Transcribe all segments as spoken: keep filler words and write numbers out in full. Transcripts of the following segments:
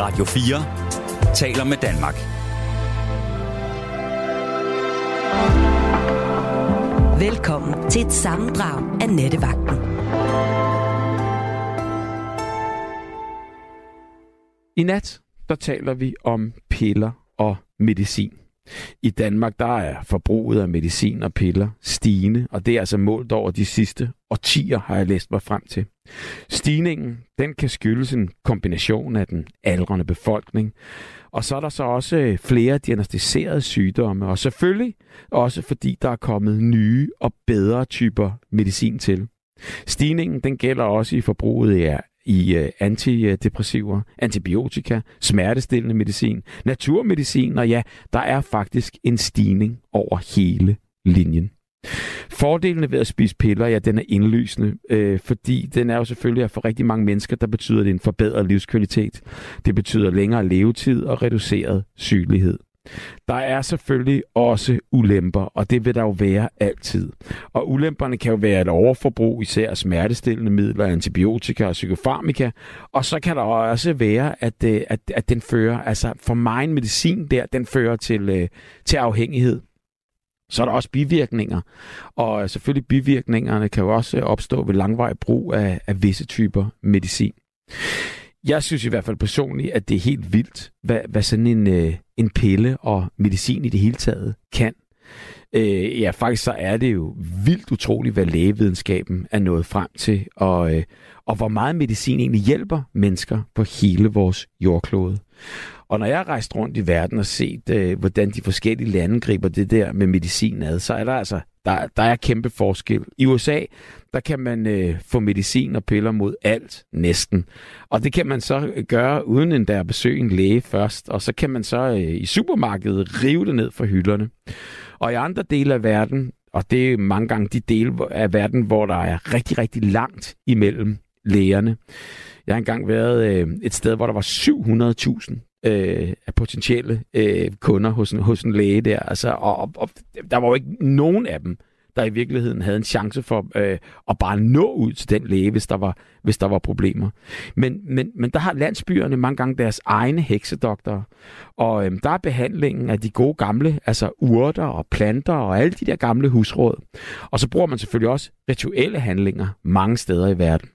Radio fire taler med Danmark. Velkommen til et sammendrag af Nattevagten. I nat, der taler vi om piller og medicin. I Danmark, der er forbruget af medicin og piller stigende, og det er altså målt over de sidste årtier, har jeg læst mig frem til. Stigningen, den kan skyldes en kombination af den aldrende befolkning, og så er der så også flere diagnosticerede sygdomme, og selvfølgelig også fordi der er kommet nye og bedre typer medicin til. Stigningen, den gælder også i forbruget af i antidepressiver, antibiotika, smertestillende medicin, naturmedicin, og ja, der er faktisk en stigning over hele linjen. Fordelene ved at spise piller, ja, den er indlysende, øh, fordi den er jo selvfølgelig, at for rigtig mange mennesker, der betyder det en forbedret livskvalitet. Det betyder længere levetid og reduceret sygelighed. Der er selvfølgelig også ulemper, og det vil der jo være altid. Og ulemperne kan jo være et overforbrug, især af smertestillende midler, antibiotika og psykofarmika. Og så kan der også være, at, at, at den fører, altså for meget medicin der, den fører til, til afhængighed. Så er der også bivirkninger, og selvfølgelig bivirkningerne kan jo også opstå ved langvarig brug af, af visse typer medicin. Jeg synes i hvert fald personligt, at det er helt vildt, hvad, hvad sådan en, øh, en pille og medicin i det hele taget kan. Øh, ja, faktisk så er det jo vildt utroligt, hvad lægevidenskaben er nået frem til, og, øh, og hvor meget medicin egentlig hjælper mennesker på hele vores jordklode. Og når jeg har rejst rundt i verden og set, øh, hvordan de forskellige lande griber det der med medicin ad, så er der altså der, der er kæmpe forskel. I U S A, der kan man øh, få medicin og piller mod alt, næsten. Og det kan man så gøre, uden endda at besøge en læge først. Og så kan man så øh, i supermarkedet rive det ned fra hylderne. Og i andre dele af verden, og det er mange gange de dele af verden, hvor der er rigtig, rigtig langt imellem lægerne. Jeg har engang været øh, et sted, hvor der var syv hundrede tusind øh, af potentielle øh, kunder hos en, hos en læge der. Altså, og, og, og der var jo ikke nogen af dem, der i virkeligheden havde en chance for øh, at bare nå ud til den læge, hvis der var, hvis der var problemer. Men, men, men der har landsbyerne mange gange deres egne heksedoktorer, og øh, der er behandlingen af de gode gamle, altså urter og planter og alle de der gamle husråd. Og så bruger man selvfølgelig også rituelle handlinger mange steder i verden.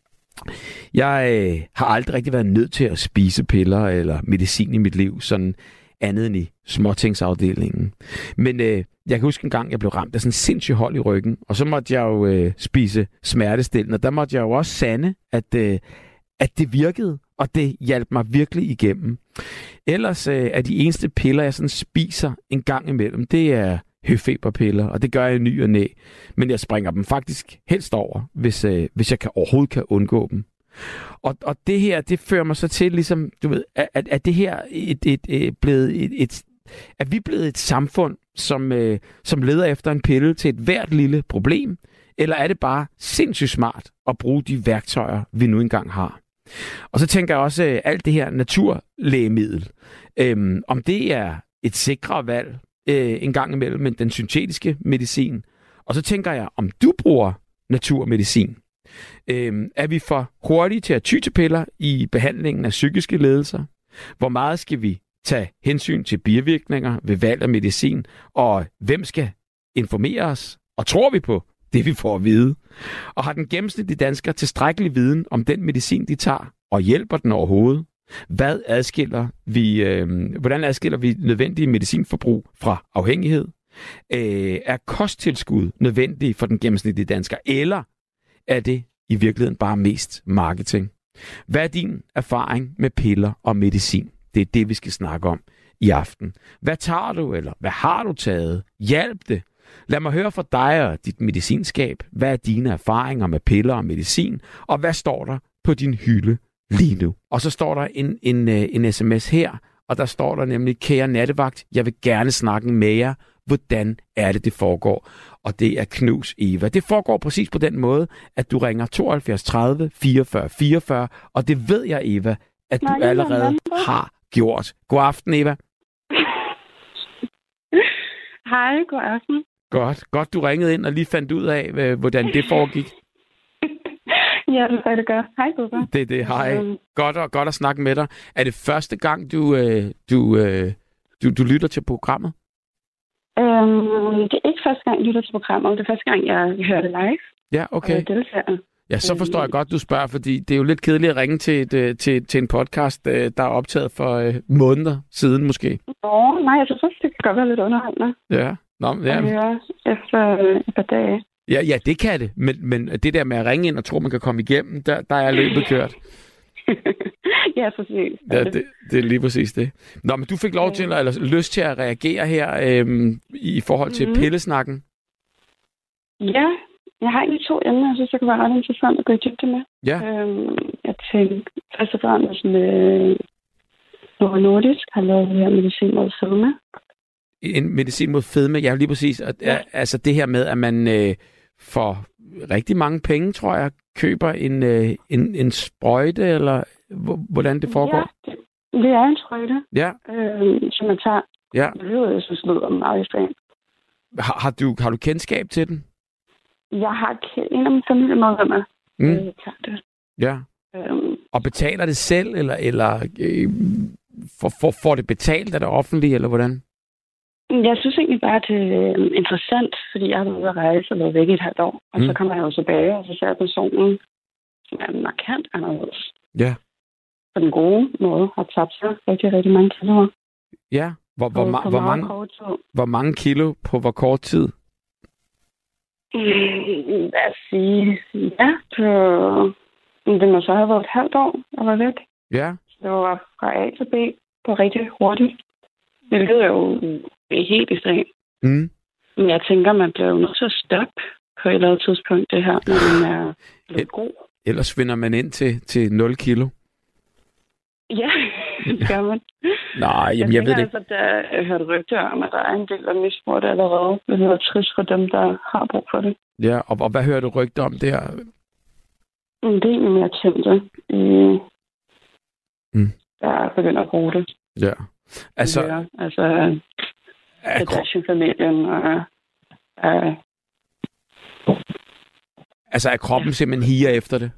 Jeg øh, har aldrig rigtig været nødt til at spise piller eller medicin i mit liv, sådan andet end i småtingsafdelingen. Men øh, jeg kan huske en gang, jeg blev ramt af sådan en sindssyg hold i ryggen, og så måtte jeg jo øh, spise smertestillende, og der måtte jeg jo også sande, at, øh, at det virkede, og det hjalp mig virkelig igennem. Ellers øh, er de eneste piller, jeg sådan spiser en gang imellem, det er høfeberpiller, og det gør jeg i ny og næ. Men jeg springer dem faktisk helst over, hvis, øh, hvis jeg kan, overhovedet kan undgå dem. Og, og det her, det fører mig så til, ligesom, du ved, at, at det her et, et, et, blevet et, et, at vi er blevet et samfund, som, øh, som leder efter en pille til et hvert lille problem, eller er det bare sindssygt smart at bruge de værktøjer, vi nu engang har? Og så tænker jeg også, øh, alt det her naturlægemiddel, øh, om det er et sikrere valg, Øh, en gang imellem, men den syntetiske medicin. Og så tænker jeg, om du bruger naturmedicin. Øh, er vi for hurtige til at ty til piller i behandlingen af psykiske lidelser? Hvor meget skal vi tage hensyn til bivirkninger ved valg af medicin? Og hvem skal informere os? Og tror vi på det, vi får at vide? Og har den gennemsnitlige dansker tilstrækkelig viden om den medicin, de tager? Og hjælper den overhovedet? Hvad adskiller vi, øh, hvordan adskiller vi nødvendige medicinforbrug fra afhængighed? Øh, er kosttilskud nødvendige for den gennemsnitlige dansker, eller er det i virkeligheden bare mest marketing? Hvad er din erfaring med piller og medicin? Det er det, vi skal snakke om i aften. Hvad tager du, eller hvad har du taget? Hjælp det. Lad mig høre fra dig og dit medicinskab. Hvad er dine erfaringer med piller og medicin? Og hvad står der på din hylde lige nu? Og så står der en, en, en sms her, og der står der nemlig: kære nattevagt, jeg vil gerne snakke med jer. Hvordan er det, det foregår? Og det er Knus Eva. Det foregår præcis på den måde, at du ringer tooghalvfjerds tredive fireogfyrre fireogfyrre, og det ved jeg, Eva, at Nej, du allerede har gjort. God aften, Eva. Hej, god aften. Godt, godt du ringede ind og lige fandt ud af, hvordan det foregik. Ja, det er det gør. Hej, Bubber. Det er det. Hej. Um... Godt, og, godt at snakke med dig. Er det første gang, du, øh, du, øh, du, du lytter til programmet? Um, det er ikke første gang, jeg lytter til programmet. Det er første gang, jeg hører det live. Ja, okay. Og deltager. Ja, så forstår jeg godt, du spørger, fordi det er jo lidt kedeligt at ringe til, et, til, til en podcast, der er optaget for øh, måneder siden måske. Nå, nej, jeg synes også, det kan godt være lidt underholdende. Ja, Nå, ja. Ja, efter et par dage. Ja, ja, det kan det, men, men det der med at ringe ind og tro, man kan komme igennem, der, der er løbet kørt. Ja, præcis. Ja, det, det er lige præcis det. Nå, men du fik lov til, eller lyst til at reagere her øhm, i forhold til mm-hmm. pillesnakken. Ja, jeg har egentlig to emner, jeg synes, det kan være ret interessant at gå i dybde med. Ja. Øhm, jeg tænkte først og fremmest med Novo Nordisk har lavet det her medicin mod fedme. En medicin mod fedme, ja, lige præcis. Og, ja. Altså det her med, at man øh, for rigtig mange penge, tror jeg, køber en, øh, en, en sprøjte, eller hvordan det foregår? Ja, det, det er en sprøjte, ja. øh, som man tager. Ja. Det lyder, jeg synes, lyder meget ekstremt. Har, har, du, har du kendskab til den? Jeg har en af mine familiemedlemmer, mm. øh, tager det. Ja. Øhm, og betaler det selv, eller, eller øh, får, får, får det betalt af det offentlige, eller hvordan? Jeg synes egentlig bare, det er interessant, fordi jeg har været ude at rejse og været væk i et halvt år. Og mm. så kommer jeg jo tilbage, og så ser jeg personen, som er markant anderledes. Ja. På den gode måde har tabt sig rigtig, rigtig mange kilo. Ja. Hvor, hvor, på, ma- på hvor, mange, hvor mange kilo på hvor kort tid? Mm, lad os sige, ja, på, det må så have været et halvt år, jeg var væk. Ja. Så det var fra A til B på rigtig hurtigt. Det lyder jo helt ekstremt. Mm. Men jeg tænker, man bliver jo nødt til at stoppe på et eller andet tidspunkt, det her, når man er lidt god. Ellers finder man ind til, til nul kilo. Ja, det gør man. Nej, jamen, jeg, jeg ved det ikke. Altså, der, jeg hørte rygter om, at der er en del af misbrug allerede. Det lyder trist for dem, der har brug for det. Ja, og, og hvad hører du rygter om der? Det er egentlig mere kendte, øh, mm. der begynder at bruge det. Ja. Altså, ja, altså Kardashian-familien og uh, altså er kroppen ja. simpelthen higer efter det?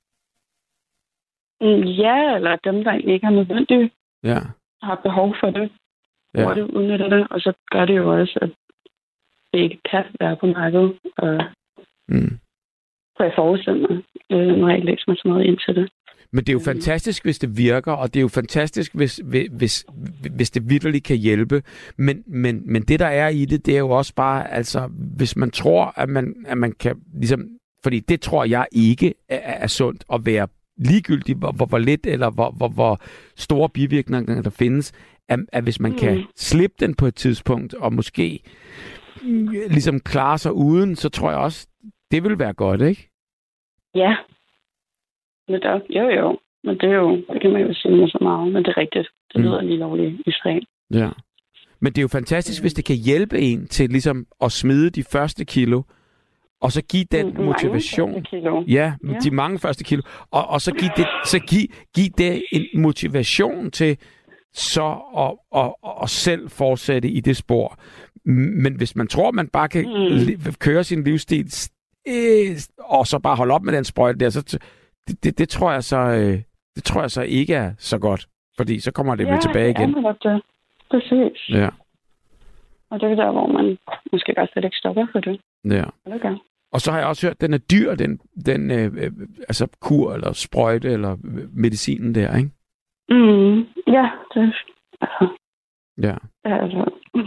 Ja, eller dem, der egentlig ikke har nødvendigt ja. har behov for det, ja. hvor det udnytter det, og så gør det jo også, at det ikke kan være på markedet. Og mm. så jeg forestiller mig, øh, når jeg ikke læser mig så meget ind til det. Men det er jo fantastisk, hvis det virker, og det er jo fantastisk, hvis, hvis, hvis det vitterligt kan hjælpe. Men, men, men det, der er i det, det er jo også bare, altså, hvis man tror, at man, at man kan, ligesom, fordi det tror jeg ikke er, er sundt at være ligegyldigt, hvor, hvor, hvor lidt eller hvor, hvor, hvor store bivirkninger der findes, at, at hvis man mm. kan slippe den på et tidspunkt, og måske ligesom klare sig uden, så tror jeg også, det vil være godt, ikke? Ja. Netop. Jo, jo. Men det er jo, det kan man jo sige med så meget, men det er rigtigt. Det lyder mm. lige lovligt ekstremt. Ja. Men det er jo fantastisk, hvis det kan hjælpe en til ligesom at smide de første kilo, og så give den de motivation. Ja, ja, de mange første kilo. Og, og så give det, så give, give det en motivation til så at, at, at selv fortsætte i det spor. Men hvis man tror, man bare kan mm. køre sin livsstil, øh, og så bare holde op med den sprøjte der, så det, det, det tror jeg så øh, det tror jeg så ikke er så godt, fordi så kommer det ja, vel tilbage igen. Ja, det. Præcis. Ja. Og det er der, hvor man måske bare slet ikke stopper for det. Ja. Okay. Og så har jeg også hørt, at den er dyr, den, den øh, øh, altså kur eller sprøjte eller medicinen der, ikke? Mm, ja, det altså. Ja. Ja, altså.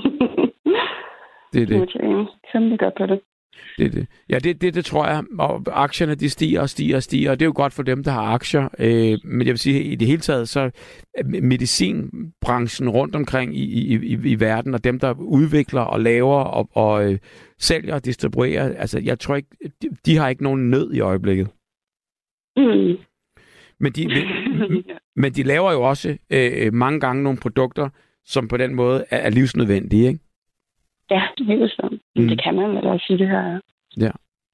det er det. Det er temmelig godt på det. Det er det. Ja, det, det, det tror jeg. Og aktierne, de stiger og stiger og stiger, og det er jo godt for dem, der har aktier. Øh, men jeg vil sige, i det hele taget, så medicinbranchen rundt omkring i, i, i, i verden, og dem, der udvikler og laver og, og øh, sælger og distribuerer, altså jeg tror ikke, de, de har ikke nogen nød i øjeblikket. Mm. Men, de, men de laver jo også øh, mange gange nogle produkter, som på den måde er, er livsnødvendige, ikke? Ja, det er helt sådan. Mm. Det kan man vel også sige, det her. Ja.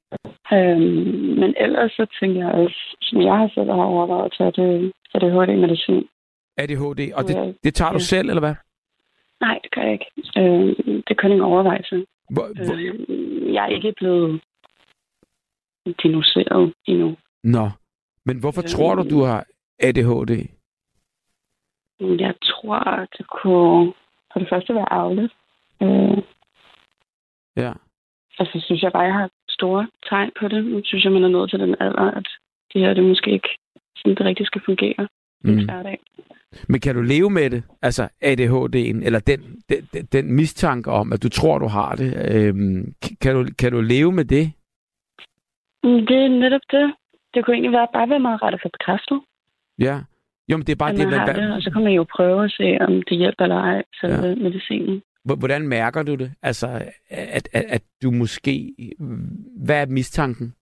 Øhm, men ellers så tænker jeg også, som jeg har selv har overvejet at tage det, A D H D-medicin. A D H D? Og det, det tager du ja. selv, eller hvad? Nej, det gør jeg ikke. Øhm, det er kun en overvejelse. Hvor, hvor... Øhm, jeg er ikke blevet diagnosticeret endnu. Nå, Men hvorfor øh, tror du, du har A D H D? Jeg tror, det kunne for det første være arveligt. Øh, ja. Og så synes jeg bare, jeg har store tegn på det. Nu synes jeg, man er nået til den alder, at det her, det måske ikke sådan, det rigtigt skal fungere i mm. en hverdag. Men kan du leve med det? Altså A D H D'en, eller den, den, den mistanke om, at du tror, du har det. Øhm, kan, du, kan du leve med det? Det er netop det. Det kunne egentlig være, bare være meget rart at få bekræftet. Ja. Jo, men det er bare at det, man har det, og så kan man jo prøve at se, om det hjælper eller ej, selve ja. medicinen. Hvordan mærker du det? Altså, at, at, at du måske... Hvad er mistanken?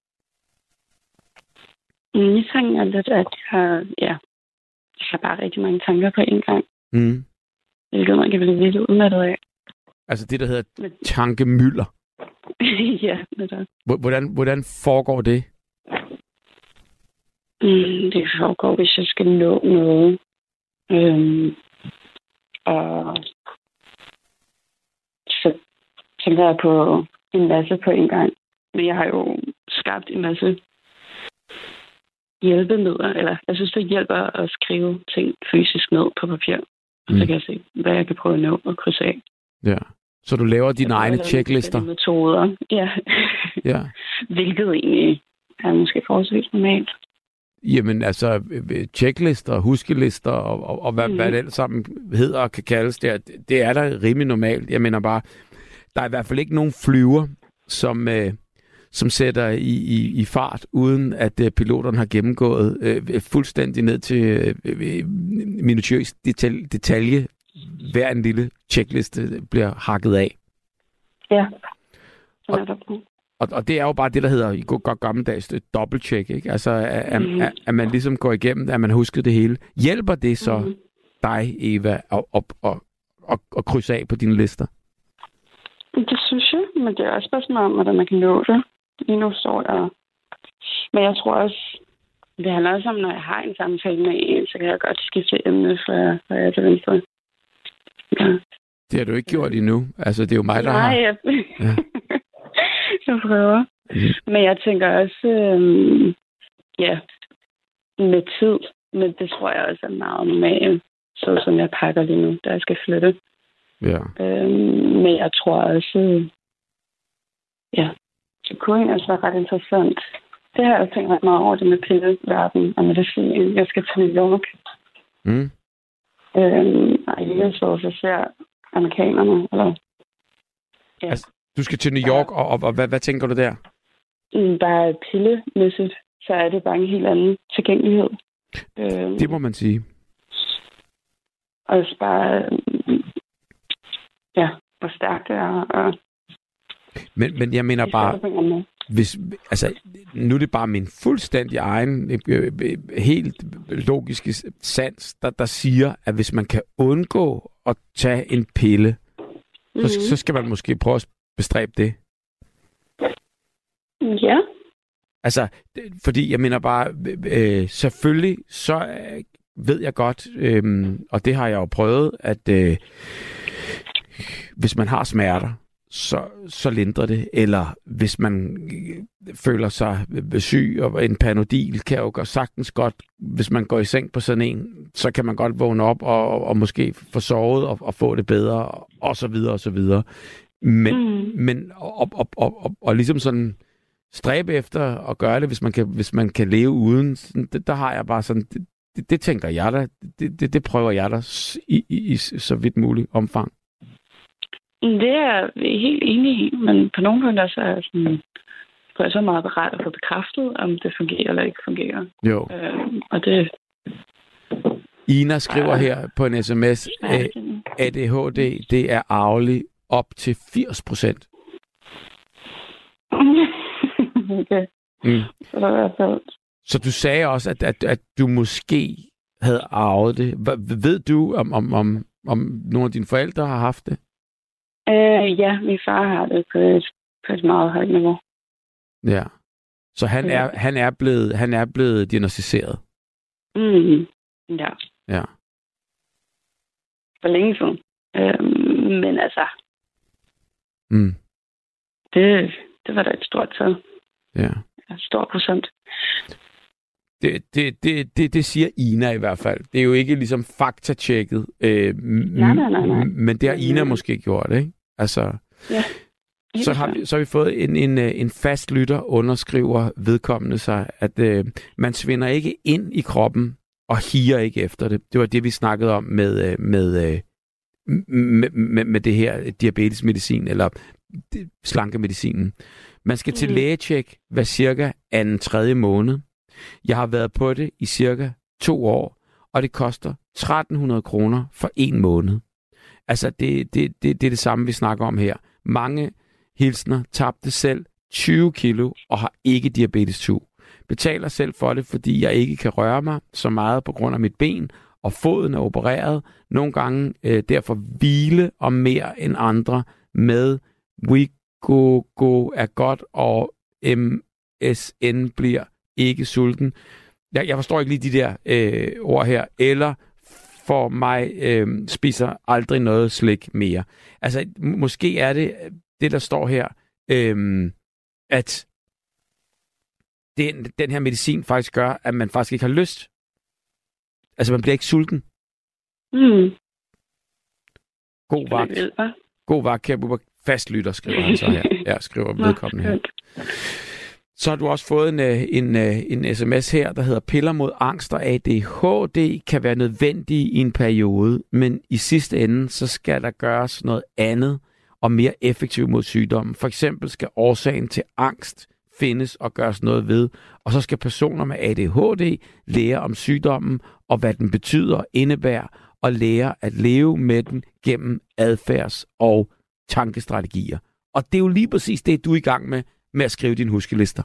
Mistanken er lidt, at jeg har, ja, jeg har bare rigtig mange tanker på en gang. Mm. Hvilket man kan blive lidt udmattet af. Altså det, der hedder tankemylder? Ja, det er. Hvordan, hvordan foregår det? Mm, det foregår, hvis jeg skal nå noget. Øhm, og så tænker jeg på en masse på en gang. Men jeg har jo skabt en masse hjælpemidler, eller jeg synes, det hjælper at skrive ting fysisk ned på papir. Og mm. så kan jeg se, hvad jeg kan prøve at nå og krydse af. Ja. Så du laver dine egne checklister? Metoder, ja. ja. Hvilket egentlig er måske forholdsvis normalt. Jamen altså, checklister, huskelister og, og, og hvad, mm. hvad det alt sammen hedder og kan kaldes, det er, det er da rimelig normalt. Jeg mener bare, der er i hvert fald ikke nogen flyver, som, øh, som sætter i, i, i fart, uden at øh, piloterne har gennemgået øh, fuldstændig ned til øh, minutiøs detalje, detalje. Hver en lille checkliste bliver hakket af. Ja. Og, og, og det er jo bare det, der hedder i godt gammeldags dobbeltcheck, ikke? Altså, at, mm. at, at man ligesom går igennem, at man husker det hele. Hjælper det så mm. dig, Eva, at, at, at, at, at krydse af på dine lister? Det synes jeg, men det er også spørgsmål om, hvordan man kan nå det. Lige nu står der. Men jeg tror også, det handler også om, når jeg har en samtale med en, så kan jeg godt skifte emne fra, fra jeg til venstre. Ja. Det har du ikke gjort endnu. Altså, det er jo mig, der Nej, har... jeg... Ja. jeg prøver. Mm. Men jeg tænker også, øhm, ja, med tid. Men det tror jeg også er meget normalt, så som jeg pakker lige nu, da jeg skal flytte. Ja. Øhm, men jeg tror også, ja, det kunne egentlig også være ret interessant. Det har jeg også tænkt ret meget over, det med pilleverden og medicin. Jeg skal til New York. Mm. Øhm, og jeg så så ser amerikanerne, eller... Ja. Altså, du skal til New York, og, og, og hvad, hvad tænker du der? Bare pillemæssigt, så er det bare en helt anden tilgængelighed. Øhm, det må man sige. Og så bare... Ja, hvor stærkt det er, og... Men, men jeg mener bare, hvis, altså, nu er det bare min fuldstændig egen, øh, helt logiske sans, der, der siger, at hvis man kan undgå at tage en pille, mm-hmm. så, så skal man måske prøve at bestræbe det. Ja. Altså, fordi jeg mener bare, øh, selvfølgelig, så øh, ved jeg godt, øh, og det har jeg jo prøvet, at øh, hvis man har smerter, så, så lindrer det. Eller hvis man føler sig syg, og en Panodil kan jo sagtens godt, hvis man går i seng på sådan en, så kan man godt vågne op og, og måske få sovet og, og få det bedre, og så videre, og så videre. Men, mm. men og, og, og, og, og, og ligesom sådan stræbe efter at gøre det, hvis man kan, hvis man kan leve uden, det, der har jeg bare sådan, det, det, det tænker jeg da, det, det, det prøver jeg da i, i, i så vidt muligt omfang. Det er vi helt enige i, men på nogle punkter så er jeg sådan, så er meget rart at få bekræftet, om det fungerer eller ikke fungerer. Jo. Øhm, og det... Ina skriver uh, her på en sms, at A D H D, det er arveligt op til firs procent. Okay. Mm. Så, det er i hvert fald... så du sagde også, at, at, at du måske havde arvet det. Ved du, om, om, om, om nogle af dine forældre har haft det? Øh, ja, min far har det på et, på et meget højt niveau. Ja. Så han ja. er han er blevet han er blevet diagnosticeret. Mm. Ja. Ja. For længe siden. Øhm, men altså. Mm. Det det var da et stort tal. Ja. Et stort procent. Det, det, det, det, det siger Ina i hvert fald. Det er jo ikke ligesom faktatjekket. Øh, nej, nej, nej, nej. Men det har Ina måske gjort, ikke? Altså, ja. Så har, vi, så har vi fået en, en, en fast lytter, underskriver vedkommende sig, at øh, man svinder ikke ind i kroppen og higer ikke efter det. Det var det, vi snakkede om med, med, med, med, med det her diabetesmedicin, eller slankemedicinen. Man skal til lægetjek hver cirka anden tredje måned. Jeg har været på det i cirka to år, og det koster tretten hundrede kroner for en måned. Altså, det, det, det, det er det samme, vi snakker om her. Mange hilsner tabte selv tyve kilo og har ikke diabetes tyve. Betaler selv for det, fordi jeg ikke kan røre mig så meget på grund af mit ben, og foden er opereret. Nogle gange øh, derfor hvile og mere end andre med Wegovy er godt, og M S N bliver ikke sulten. Jeg, jeg forstår ikke lige de der øh, ord her. Eller for mig øh, spiser aldrig noget slik mere. Altså, måske er det det, der står her, øh, at den, den her medicin faktisk gør, at man faktisk ikke har lyst. Altså, man bliver ikke sulten. Mm. God vagt. God vagt, kan jeg fastlytter, skriver han så her. Ja, skriver vedkommende her. Så har du også fået en, en, en sms her, der hedder: piller mod angst og A D H D kan være nødvendige i en periode, men i sidste ende, så skal der gøres noget andet og mere effektivt mod sygdommen. For eksempel skal årsagen til angst findes og gøres noget ved, og så skal personer med A D H D lære om sygdommen og hvad den betyder og indebærer, og lære at leve med den gennem adfærds- og tankestrategier. Og det er jo lige præcis det, du er i gang med, med at skrive dine huskelister.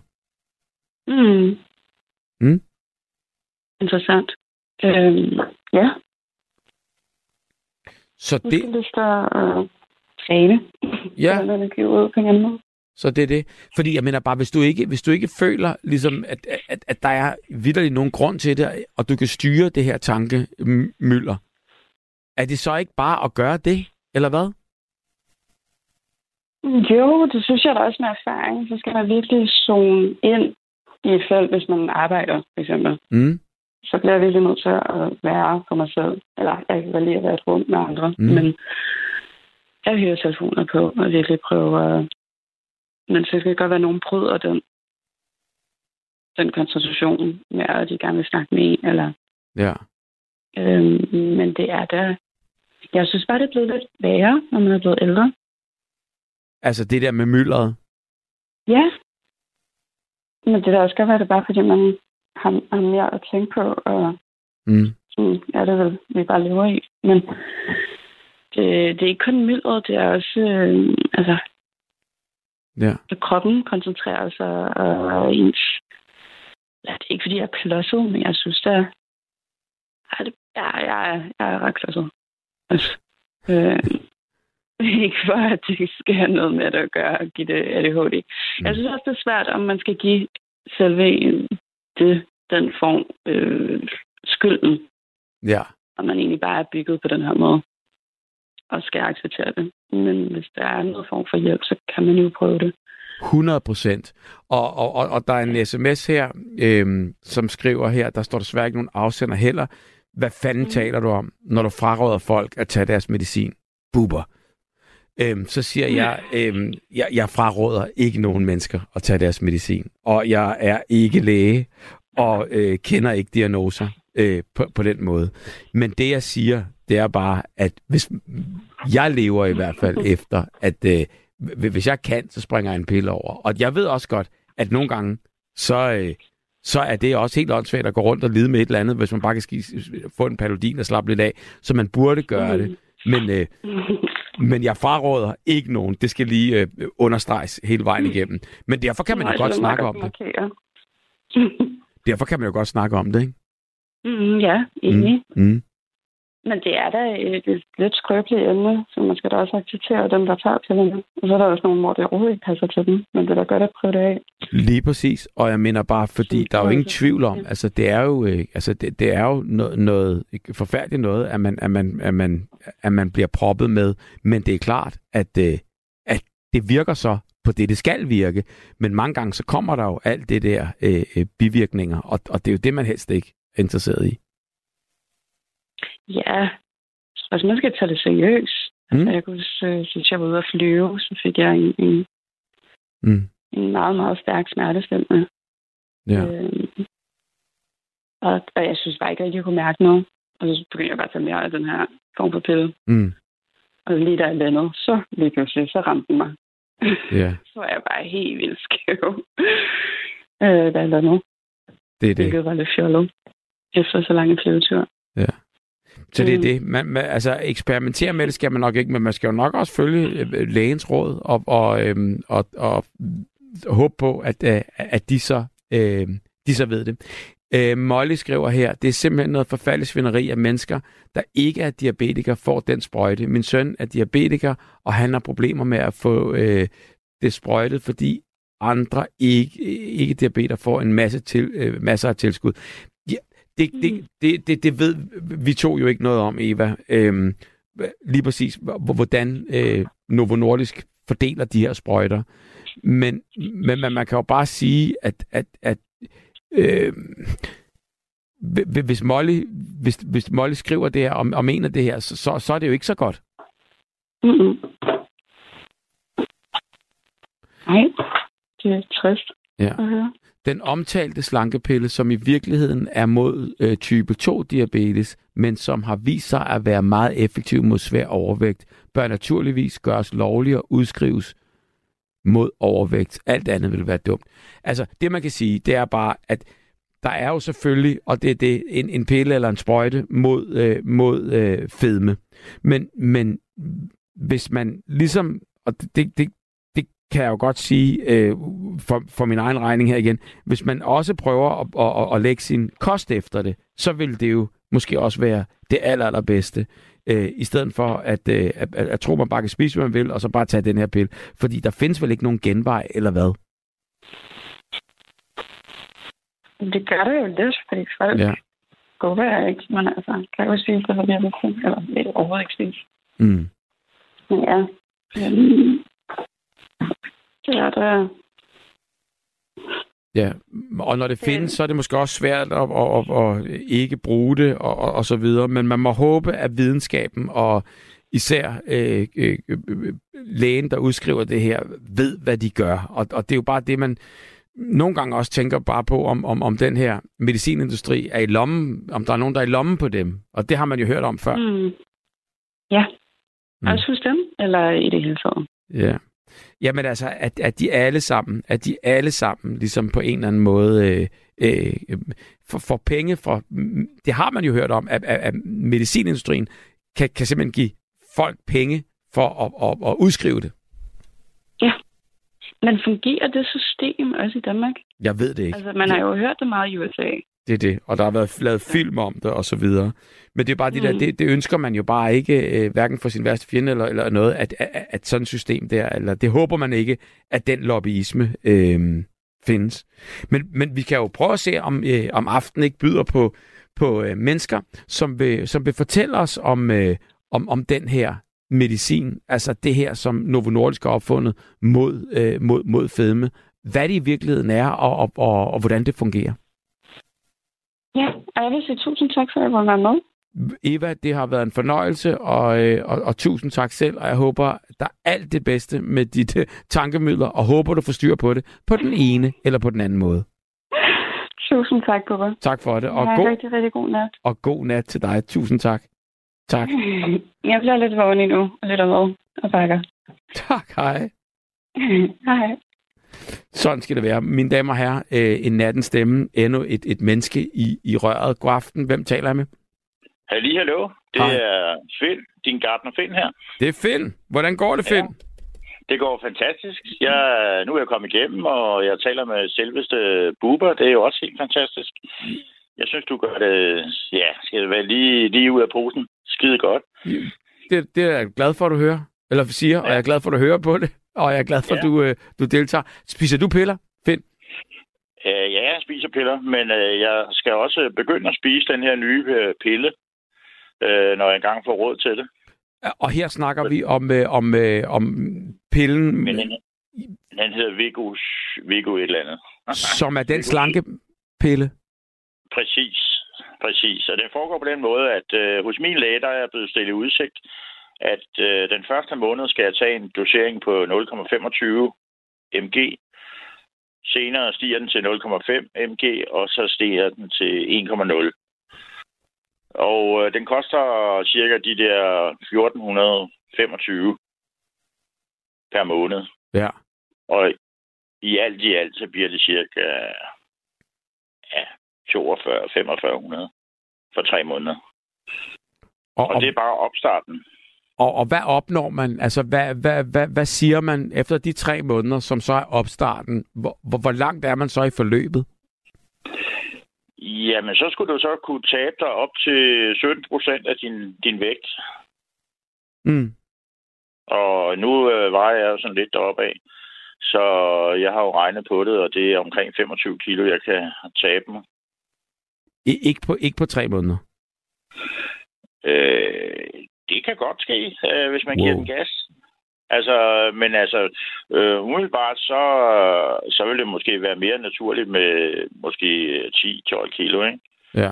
Mm. Mm? Interessant. Øhm, ja. Så det... Huskelister og træne. Ja. Ud på en måde. Så det er det. Fordi jeg mener bare, hvis du ikke, hvis du ikke føler, ligesom, at, at, at der er vitterligt nogen grund til det, og du kan styre det her tankemylder, er det så ikke bare at gøre det, eller hvad? Jo, det synes jeg da også med erfaring. Så skal man virkelig zone ind i et felt, hvis man arbejder, for eksempel. Mm. Så bliver jeg virkelig nødt til at være for mig selv. Eller jeg kan vel lige at være et rum med andre. Mm. Men jeg hører telefoner på og virkelig prøver at... Men så skal det godt være, at nogen bryder den, den koncentration med, at de gerne vil snakke med en. Eller, ja. øhm, men det er der... Jeg synes bare, det er blevet lidt værre, når man er blevet ældre. Altså det der med myldret? Ja. Men det der også godt være, det bare fordi, man har, har mere at tænke på, og mm. sådan er det vel, vi bare lever i. Men det, det er ikke kun myldret, det er også, øh, altså, ja. at kroppen koncentrerer sig, og ens, ja, det er ikke fordi, jeg er klodset, men jeg synes, det er, ja, det, ja, jeg, er, jeg er ret klodset. Altså, øh, ikke for, at det skal have noget med det at gøre og give det A D H D. Mm. Jeg synes også, det er svært, om man skal give selve det, den form øh, skylden. Ja. Og man egentlig bare er bygget på den her måde. Og skal acceptere det. Men hvis der er noget form for hjælp, så kan man jo prøve det. hundrede procent. Og, og, og, og der er en sms her, øh, som skriver her, der står desværre ikke nogen afsender heller. Hvad fanden mm. taler du om, når du fraråder folk at tage deres medicin? Buber. Øhm, så siger jeg, øhm, jeg, jeg fraråder ikke nogen mennesker at tage deres medicin. Og jeg er ikke læge, og øh, kender ikke diagnoser øh, på, på den måde. Men det, jeg siger, det er bare, at hvis jeg lever i hvert fald efter, at øh, hvis jeg kan, så springer jeg en pille over. Og jeg ved også godt, at nogle gange, så, øh, så er det også helt åndssvagt at gå rundt og lide med et eller andet, hvis man bare kan sk- få en Paludin og slappe lidt af. Så man burde gøre det. Men, øh, men jeg fraråder ikke nogen. Det skal lige øh, understreges hele vejen igennem. Men derfor kan man jo godt snakke om det. Derfor kan man jo godt snakke om det, ikke? Mm, ja, enig. Mm, mm. Men det er da et, et lidt skrøbeligt emne, så man skal da også acceptere dem, der tager til dem. Og så er der også nogle, hvor det overhovedet ikke passer til dem. Men det er da godt at prøve det af. Lige præcis. Og jeg mener bare, fordi der er jo ingen tvivl om, altså det er jo, øh, altså det, det er jo noget, noget forfærdeligt noget, at man, at, man, at, man, at man bliver proppet med. Men det er klart, at, øh, at det virker så på det, det skal virke. Men mange gange, så kommer der jo alt det der øh, bivirkninger, og, og det er jo det, man helst ikke er interesseret i. Ja, altså man skal tage det seriøst. Mm. Altså, jeg kunne øh, synes, jeg var ude at flyve, så fik jeg en, en, mm. en meget, meget stærk smertestemme. Ja. Øh, og, og jeg synes bare ikke rigtig, jeg kunne mærke noget. Og så begyndte jeg bare at tage mere af den her form for pille. Mm. Og lige der er andet, så lige pludselig, så ramte den mig. Yeah. Så var jeg bare helt vildt skæv. øh, der er noget. Det er det. Det var lidt fjollet. Efter så lang en flyvetur. Ja. Så det er det. Man, man, altså, eksperimentere med det skal man nok ikke, men man skal jo nok også følge øh, lægens råd og, og, øhm, og, og, og håbe på, at, øh, at de, så, øh, de så ved det. Øh, Molly skriver her, det er simpelthen noget forfærdeligt svineri af mennesker, der ikke er diabetiker, får den sprøjte. Min søn er diabetiker, og han har problemer med at få øh, det sprøjtet, fordi andre ikke, ikke diabeter får en masse til, øh, masser af tilskud. Ja, det, det, det, det, det ved vi to jo ikke noget om, Eva. Øhm, lige præcis, hvordan øh, Novo Nordisk fordeler de her sprøjter. Men, men man, man kan jo bare sige, at, at, at øh, hvis, Molly, hvis, hvis Molly skriver det her og, og mener det her, så, så, så er det jo ikke så godt. Mm-hmm. Nej, det er trist. Ja. Uh-huh. Den omtalte slankepille, som i virkeligheden er mod øh, type to diabetes, men som har vist sig at være meget effektiv mod svær overvægt, bør naturligvis gøres lovlig og udskrives mod overvægt. Alt andet vil være dumt. Altså, det man kan sige, det er bare, at der er jo selvfølgelig, og det er det, en, en pille eller en sprøjte mod, øh, mod øh, fedme. Men, men hvis man ligesom, og det, det, det kan jeg jo godt sige øh, for, for min egen regning her igen, hvis man også prøver at, at, at, at lægge sin kost efter det, så vil det jo måske også være det aller, allerbedste. Øh, I stedet for at, øh, at, at, at tro, man bare kan spise, hvad man vil, og så bare tage den her pille. Fordi der findes vel ikke nogen genvej, eller hvad? Det gør det jo lidt, fordi folk ja. går jeg ikke, men altså, kan jo spise det, hvad jeg vil til, eller det er overhovedet ikke spise. Mm. Ja. Um, det er det. Ja, og når det findes, så er det måske også svært at, at, at, at ikke bruge det og, og, og så videre, men man må håbe, at videnskaben og især øh, øh, lægen, der udskriver det her, ved, hvad de gør. Og, og det er jo bare det, man nogle gange også tænker bare på, om, om, om den her medicinindustri er i lommen, om der er nogen, der er i lommen på dem. Og det har man jo hørt om før. Mm. Ja. Mm. Også hos dem, eller i det hele taget? Ja. Jamen altså, at, at de alle sammen, at de alle sammen, ligesom på en eller anden måde, øh, øh, får, får penge for, det har man jo hørt om, at, at, at medicinindustrien kan, kan simpelthen give folk penge for at, at, at udskrive det. Ja. Men fungerer det system også i Danmark? Jeg ved det ikke. Altså, man har jo hørt det meget i U S A. Det er det, og der har været lavet film om det, og så videre. Men det er bare det mm. der, det, det ønsker man jo bare ikke, øh, hverken for sin værste fjende eller, eller noget, at, at, at sådan et system der, eller det håber man ikke, at den lobbyisme øh, findes. Men, men vi kan jo prøve at se, om, øh, om aftenen ikke byder på, på øh, mennesker, som vil, som vil fortælle os om, øh, om, om den her medicin, altså det her, som Novo Nordisk har opfundet mod, øh, mod, mod fedme. Hvad det i virkeligheden er, og, og, og, og hvordan det fungerer. Ja, og jeg vil sige tusind tak for, at jeg var med. Eva, det har været en fornøjelse, og, og, og tusind tak selv, og jeg håber, der er alt det bedste med dit uh, tankemidler, og håber, du får styr på det på den ene eller på den anden måde. Tusind tak, Bubba. Tak for det. Og ja, god, rigtig, rigtig god nat. Og god nat til dig. Tusind tak. Tak. Jeg bliver lidt vågen endnu, og lidt med og bakker. Tak, hej. Hej. Sådan skal det være. Mine damer og herrer, øh, en nattens stemme, endnu et, et menneske i, i røret. God aften. Hvem taler jeg med? Halli, hallo. Det Hej. er Finn, din gartner Finn her. Det er Finn. Hvordan går det, Finn? Ja. Det går fantastisk. Jeg, nu er jeg kommet igennem, og jeg taler med selveste Bubber. Det er jo også helt fantastisk. Jeg synes, du gør det, ja, skal det være lige, lige ud af posen. Skide godt. Det, det er jeg glad for, at du hører, eller siger, ja. Og jeg er glad for, at du hører på det. Og jeg er glad for, ja. at du, øh, du deltager. Spiser du piller, Finn? Øh, ja, jeg spiser piller, men øh, jeg skal også begynde at spise den her nye øh, pille, øh, når jeg engang får råd til det. Og her snakker vi om, øh, om, øh, om pillen, men en, Den hedder Vigos, Vigo et eller andet. Som er den slankepille? Præcis. Præcis. Og det foregår på den måde, at øh, hos min læge, der er jeg blevet stillet i udsigt, at øh, den første måned skal jeg tage en dosering på nul komma femogtyve milligram. Senere stiger den til nul komma fem milligram, og så stiger den til en komma nul. Og øh, den koster cirka de der fjorten femogtyve per måned. Ja. Og i alt i alt, så bliver det cirka ja, toogfyrre til femogfyrre hundrede for tre måneder. Og, og, og det er bare opstarten. Og, og hvad opnår man? Altså, hvad, hvad, hvad, hvad siger man efter de tre måneder, som så er opstarten? Hvor, hvor, hvor langt er man så i forløbet? Jamen, så skulle du så kunne tabe dig op til sytten procent af din, din vægt. Mm. Og nu øh, vejer jeg jo sådan lidt deroppe af. Så jeg har jo regnet på det, og det er omkring femogtyve kilo, jeg kan tabe mig. I, ikke, på, ikke på tre måneder? Øh, det kan godt ske, øh, hvis man wow. giver den gas. Altså, men altså, øh, umiddelbart, så, så vil det måske være mere naturligt med måske ti til tolv kilo, ikke? Ja.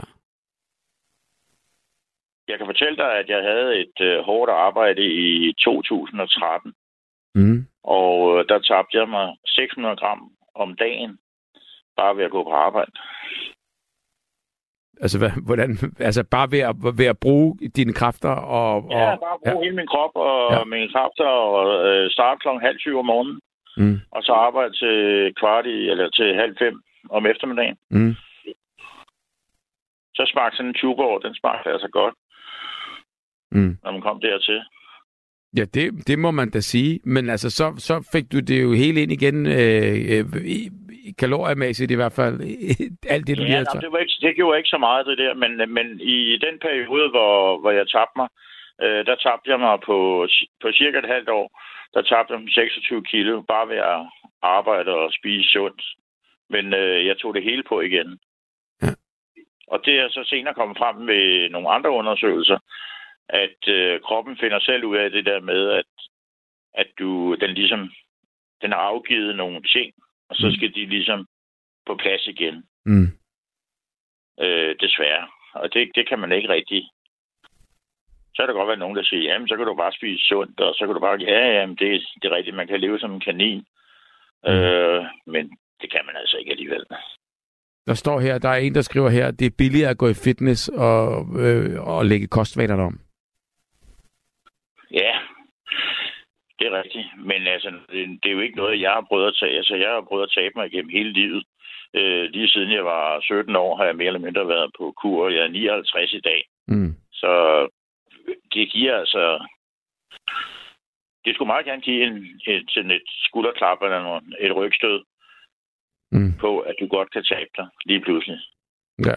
Jeg kan fortælle dig, at jeg havde et øh, hårdt arbejde i to tusind og tretten. Mm. Og øh, der tabte jeg mig seks hundrede gram om dagen, bare ved at gå på arbejde. Altså, hvad, hvordan, altså bare ved at, ved at bruge dine kræfter og... og ja, bare bruge ja. hele min krop og ja. mine kræfter og øh, starte klokken halv syv om morgenen. Mm. Og så arbejde til kvart i, eller til halv fem om eftermiddagen. Mm. Så smagte sådan en Tuborg, den smagte altså godt, mm. når man kom dertil. Ja, det, det må man da sige. Men altså, så, så fik du det jo helt ind igen, øh, øh, kaloriemæssigt i hvert fald. Alt det, du ja, nej, det, var ikke, det gjorde ikke så meget, det der. Men, men i den periode, hvor, hvor jeg tabte mig, øh, der tabte jeg mig på, på cirka et halvt år. Der tabte jeg mig seksogtyve kilo, bare ved at arbejde og spise sundt. Men øh, jeg tog det hele på igen. Ja. Og det er så senere kommet frem med nogle andre undersøgelser, at øh, kroppen finder selv ud af det der med, at, at du, den ligesom, den har afgivet nogle ting, og så skal de ligesom på plads igen. Mm. Øh, desværre. Og det, det kan man ikke rigtig. Så kan der godt være nogen, der siger, jamen, så kan du bare spise sundt, og så kan du bare, ja, jamen, det, det er rigtigt, man kan leve som en kanin. Mm. Øh, men det kan man altså ikke alligevel. Der står her, der er en, der skriver her, det er billigere at gå i fitness og, øh, og lægge kostvanerne om. Ja, det er rigtigt. Men altså, det, det er jo ikke noget, jeg har prøvet at tage. Altså, jeg har prøvet at tabe mig igennem hele livet. Øh, lige siden jeg var sytten år, har jeg mere eller mindre været på kur. Jeg er nioghalvtreds i dag. Mm. Så det giver altså... Det skulle meget gerne give en, et, et skulderklap eller et rygstød mm. på, at du godt kan tabe dig lige pludselig. Ja.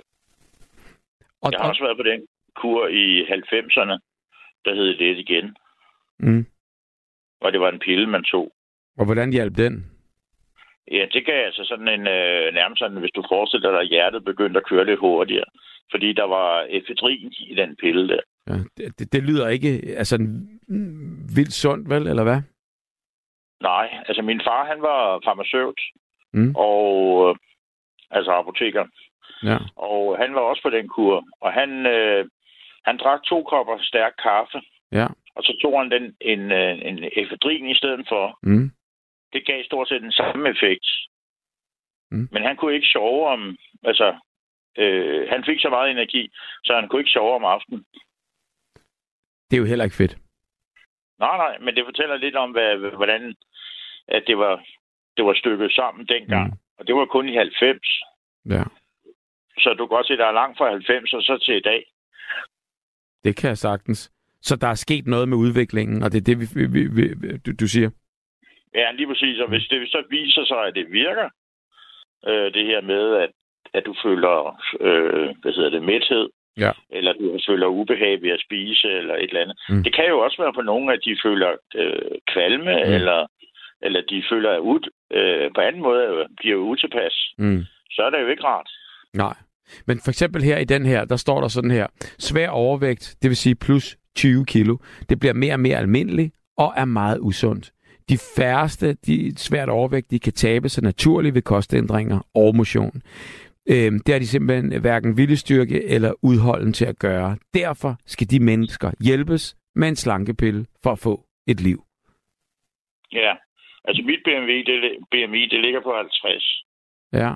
Og jeg har også været på den kur i halvfemserne, der hed det igen. Mm. Og det var en pille, man tog. Og hvordan hjalp den? Ja, det gav altså sådan en øh, nærmest sådan, hvis du forestiller dig, at hjertet begyndte at køre lidt hurtigere. Fordi der var efedrin i den pille der. Ja, det, det, det lyder ikke altså vildt sundt, vel, eller hvad? Nej, altså min far, han var farmaceut. Mm. Og øh, altså apoteker. Ja. Og han var også på den kur. Og han, øh, han drak to kopper stærk kaffe. Ja. Og så tog han den, en, en efedrin i stedet for. Mm. Det gav stort set den samme effekt. Mm. Men han kunne ikke sove om... Altså, øh, han fik så meget energi, så han kunne ikke sove om aftenen. Det er jo heller ikke fedt. Nej, nej, men det fortæller lidt om, hvad, hvordan at det var, det var stykket sammen dengang. Mm. Og det var kun i halvfems. Ja. Så du kan godt se, at der er langt fra halvfems og så til i dag. Det kan jeg sagtens. Så der er sket noget med udviklingen, og det er det, vi, vi, vi, du, du siger? Ja, lige præcis. Og hvis det så viser sig, at det virker, øh, det her med, at, at du føler, øh, hvad hedder det, mæthed, ja. Eller du føler ubehag ved at spise, eller et eller andet. Mm. Det kan jo også være på nogen, at de føler øh, kvalme, mm. eller, eller de føler, at ud, øh, på anden måde bliver jo utilpas. Mm. Så er det jo ikke rart. Nej. Men for eksempel her i den her, der står der sådan her, svær overvægt, det vil sige plus tyve kilo, det bliver mere og mere almindeligt og er meget usundt. De færreste, de svært overvægtige, kan tabe sig naturligt ved kostændringer og motion. Øhm, det har de simpelthen hverken viljestyrke eller udholden til at gøre. Derfor skal de mennesker hjælpes med en slankepille for at få et liv. Ja, altså mit B M I, det, B M I, det ligger på halvtreds. Ja.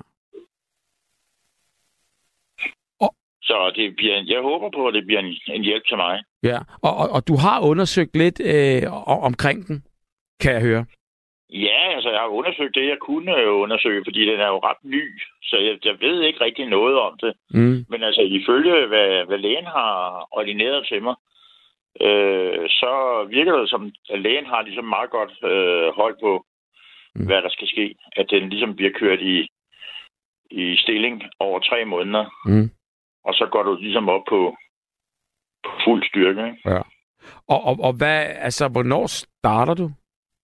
Og, Så det bliver, jeg håber på, at det bliver en, en hjælp til mig. ja, og, og, og du har undersøgt lidt øh, omkring den, kan jeg høre. Ja, altså jeg har undersøgt det, jeg kunne undersøge, fordi den er jo ret ny, så jeg, jeg ved ikke rigtig noget om det. Mm. Men altså ifølge, hvad, hvad lægen har ordineret til mig, øh, så virker det som, at lægen har ligesom meget godt øh, hold på, mm. hvad der skal ske. At den ligesom bliver kørt i, i stilling over tre måneder, Mm. og så går du ligesom op på, på fuld styrke. Ikke? Ja. Og, og, og hvad, altså, hvornår starter du?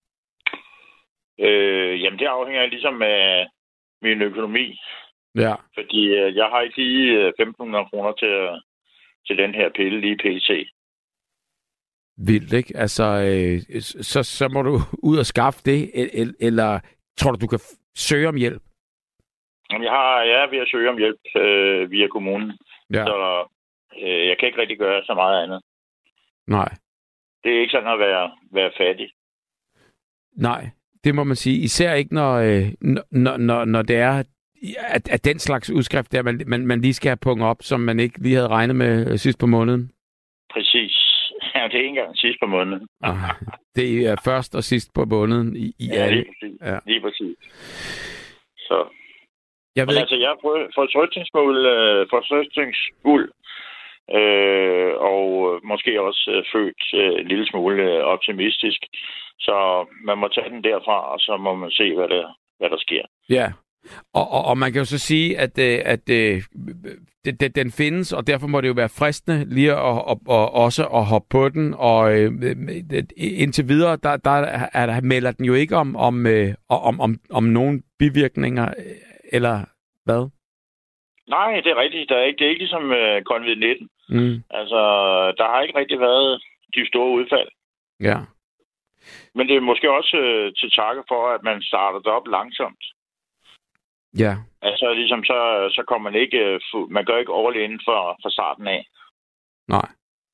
Øh, jamen, det afhænger ligesom af min økonomi. Ja. Fordi øh, jeg har ikke lige femten hundrede kroner til, øh, til den her pille lige pt. Vildt, ikke? Altså, øh, så, så må du ud og skaffe det, eller, eller tror du, du kan f- søge om hjælp? Jamen, jeg, har, jeg er ved at søge om hjælp øh, via kommunen. Ja. Så øh, jeg kan ikke rigtig gøre så meget andet. Nej. Det er ikke sådan at være, være fattig. Nej, det må man sige. Især ikke, når, øh, når, når, når det er, at, at den slags udskrift, der man, man, man lige skal have punkt op, som man ikke lige havde regnet med øh, sidst på måneden. Præcis. Ja, det er ikke engang sidst på måneden. Ah, det er først og sidst på måneden i, i ja, alle. lige præcis. Ja. Lige præcis. Så. Jeg ved Men ikke. altså, jeg har fået fortrykningsmuld, øh, fortrykningsmuld, øh, og måske også øh, følt øh, en lille smule øh, optimistisk. Så man må tage den derfra, og så må man se, hvad der, hvad der sker. Ja, og, og, og man kan jo så sige, at, øh, at øh, det, det, den findes, og derfor må det jo være fristende lige at, og, og også at hoppe på den. Og øh, indtil videre, der, der, er, der melder den jo ikke om, om, øh, om, om, om nogen bivirkninger, eller hvad? Nej, det er rigtigt. Der er ikke, det er ikke ligesom øh, covid nitten. Mm. Altså, der har ikke rigtig været de store udfald. Ja. Men det er måske også øh, til takke for, at man starter det op langsomt. Ja. Altså, ligesom så, så kommer man ikke... Øh, fu- man gør ikke all in fra, fra starten af. Nej.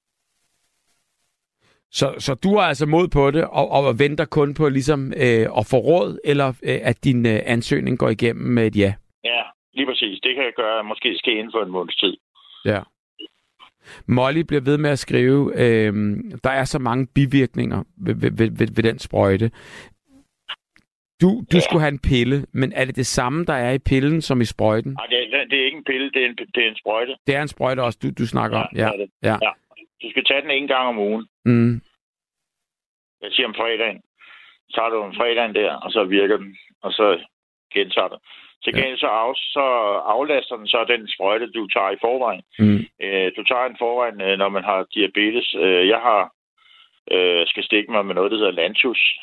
Så, så du er altså mod på det, og, og venter kun på ligesom øh, at få råd, eller øh, at din øh, ansøgning går igennem med et ja? Ja, lige præcis. Det kan jeg gøre, måske ske inden for en måneds tid. Ja. Molly bliver ved med at skrive, øh, der er så mange bivirkninger ved, ved, ved, ved den sprøjte. Du, du ja. skulle have en pille, men er det det samme, der er i pillen, som i sprøjten? Nej, det er, det er ikke en pille, det er en, det er en sprøjte. Det er en sprøjte også, du, du snakker ja, om. Ja, det. ja. ja. Du skal tage den en gang om ugen. Mm. Jeg siger om fredagen. Så tager du om fredagen der, og så virker den, og så gentager du. Til gengæld så, af, så aflaster den så den sprøjte, du tager i forvejen. Mm. Øh, du tager en forvejen, når man har diabetes. Øh, jeg har øh, skal stikke mig med noget, der hedder Lantus.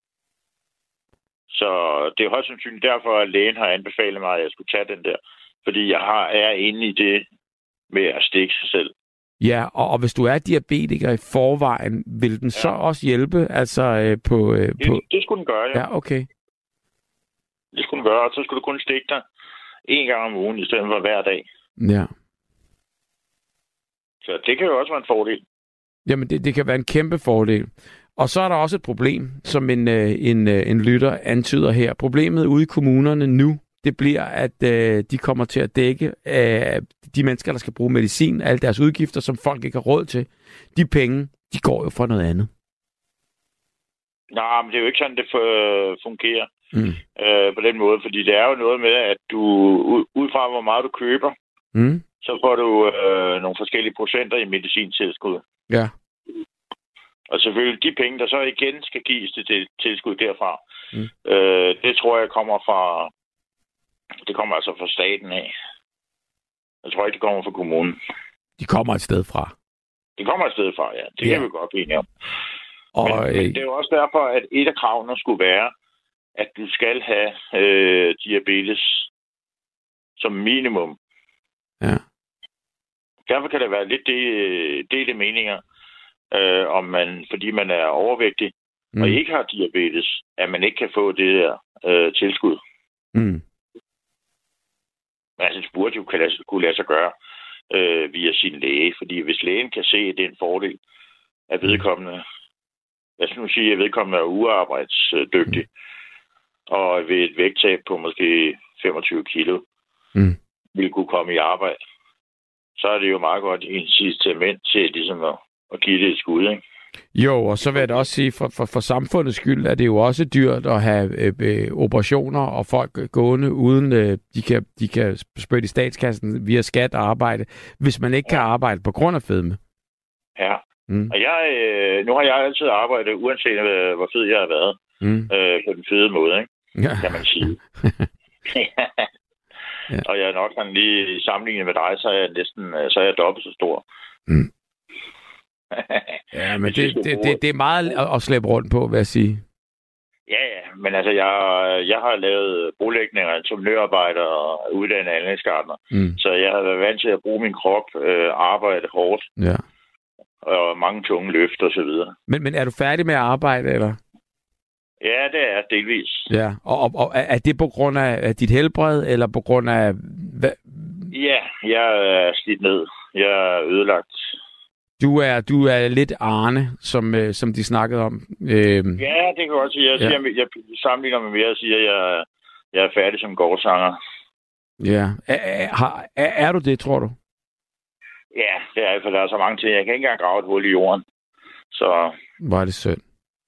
Så det er højst sandsynligt derfor, at lægen har anbefalet mig, at jeg skulle tage den der. Fordi jeg har, er inde i det med at stikke sig selv. Ja, og, og hvis du er diabetiker i forvejen, vil den ja. så også hjælpe? Altså øh, på, øh, det, på... det skulle den gøre, ja. Ja, okay. Det skulle den gøre, og så skulle du kun stikke dig en gang om ugen, i stedet for hver dag. Ja. Så det kan jo også være en fordel. Jamen, det, det kan være en kæmpe fordel. Og så er der også et problem, som en, øh, en, øh, en lytter antyder her. Problemet ude i kommunerne nu, det bliver, at øh, de kommer til at dække øh, de mennesker, der skal bruge medicin, alle deres udgifter, som folk ikke har råd til. De penge, de går jo for noget andet. Nej, men det er jo ikke sådan, det fungerer mm. øh, på den måde. Fordi det er jo noget med, at du ud fra, hvor meget du køber, mm. så får du øh, nogle forskellige procenter i medicintilskud. Ja. Og selvfølgelig de penge, der så igen skal gives til tilskud derfra, mm. øh, det tror jeg kommer fra, det kommer altså fra staten af. Jeg tror ikke, det kommer fra kommunen. De kommer et sted fra. Det kommer et sted fra, ja. Det ja. kan vi godt blive enige om. Og, men, øh... men det er jo også derfor, at et af kravene skulle være, at du skal have øh, diabetes som minimum. Ja. Derfor kan der være lidt delte meninger, øh, om man, fordi man er overvægtig, mm. og ikke har diabetes, at man ikke kan få det der øh, tilskud. Mm. Altså, det burde jo kunne lade, kunne lade sig gøre øh, via sin læge, fordi hvis lægen kan se, at det er en fordel, at vedkommende, jeg skal nu sige, at vedkommende er uarbejdsdygtig, mm. og ved et vægttab på måske femogtyve kilo, mm. vil kunne komme i arbejde, så er det jo meget godt en incitament til ligesom at, at give det et skud, ikke? Jo, og så vil jeg da også sige, for, for, for samfundets skyld er det jo også dyrt at have øh, øh, operationer og folk gående uden øh, de kan, de kan spytte i statskassen via skat og arbejde, hvis man ikke ja. kan arbejde på grund af fedme. Ja, mm. og jeg, øh, nu har jeg altid arbejdet, uanset øh, hvor fed jeg har været, mm. øh, på den fede måde, ikke? Ja. Kan man sige. ja. Og jeg er nok sådan lige sammenlignet med dig, så er jeg næsten så er jeg dobbelt så stor. Mm. ja, men det, det, det, det er meget at slæbe rundt på, vil jeg sige. Ja, ja, men altså, jeg, jeg har lavet brolægninger som nøarbejder og uddannet anlægsgartner. Mm. Så jeg har været vant til at bruge min krop, øh, arbejde hårdt. Ja. Og mange tunge løft og så videre. Men, men er du færdig med at arbejde, eller? Ja, det er delvis. Ja, og, og, og er det på grund af dit helbred, eller på grund af... Hvad? Ja, jeg er slidt ned. Jeg er ødelagt. Du er, du er lidt Arne, som, øh, som de snakkede om. Øhm, ja, det kan jeg godt sige. Jeg, ja. siger, jeg, jeg sammenligner mig mere og siger, at jeg, jeg er færdig som gårdsanger. Ja. Er, er, er, er du det, tror du? Ja, det er for der er så mange ting. Jeg kan ikke engang grave et hul i jorden. Så... Hvor er det synd.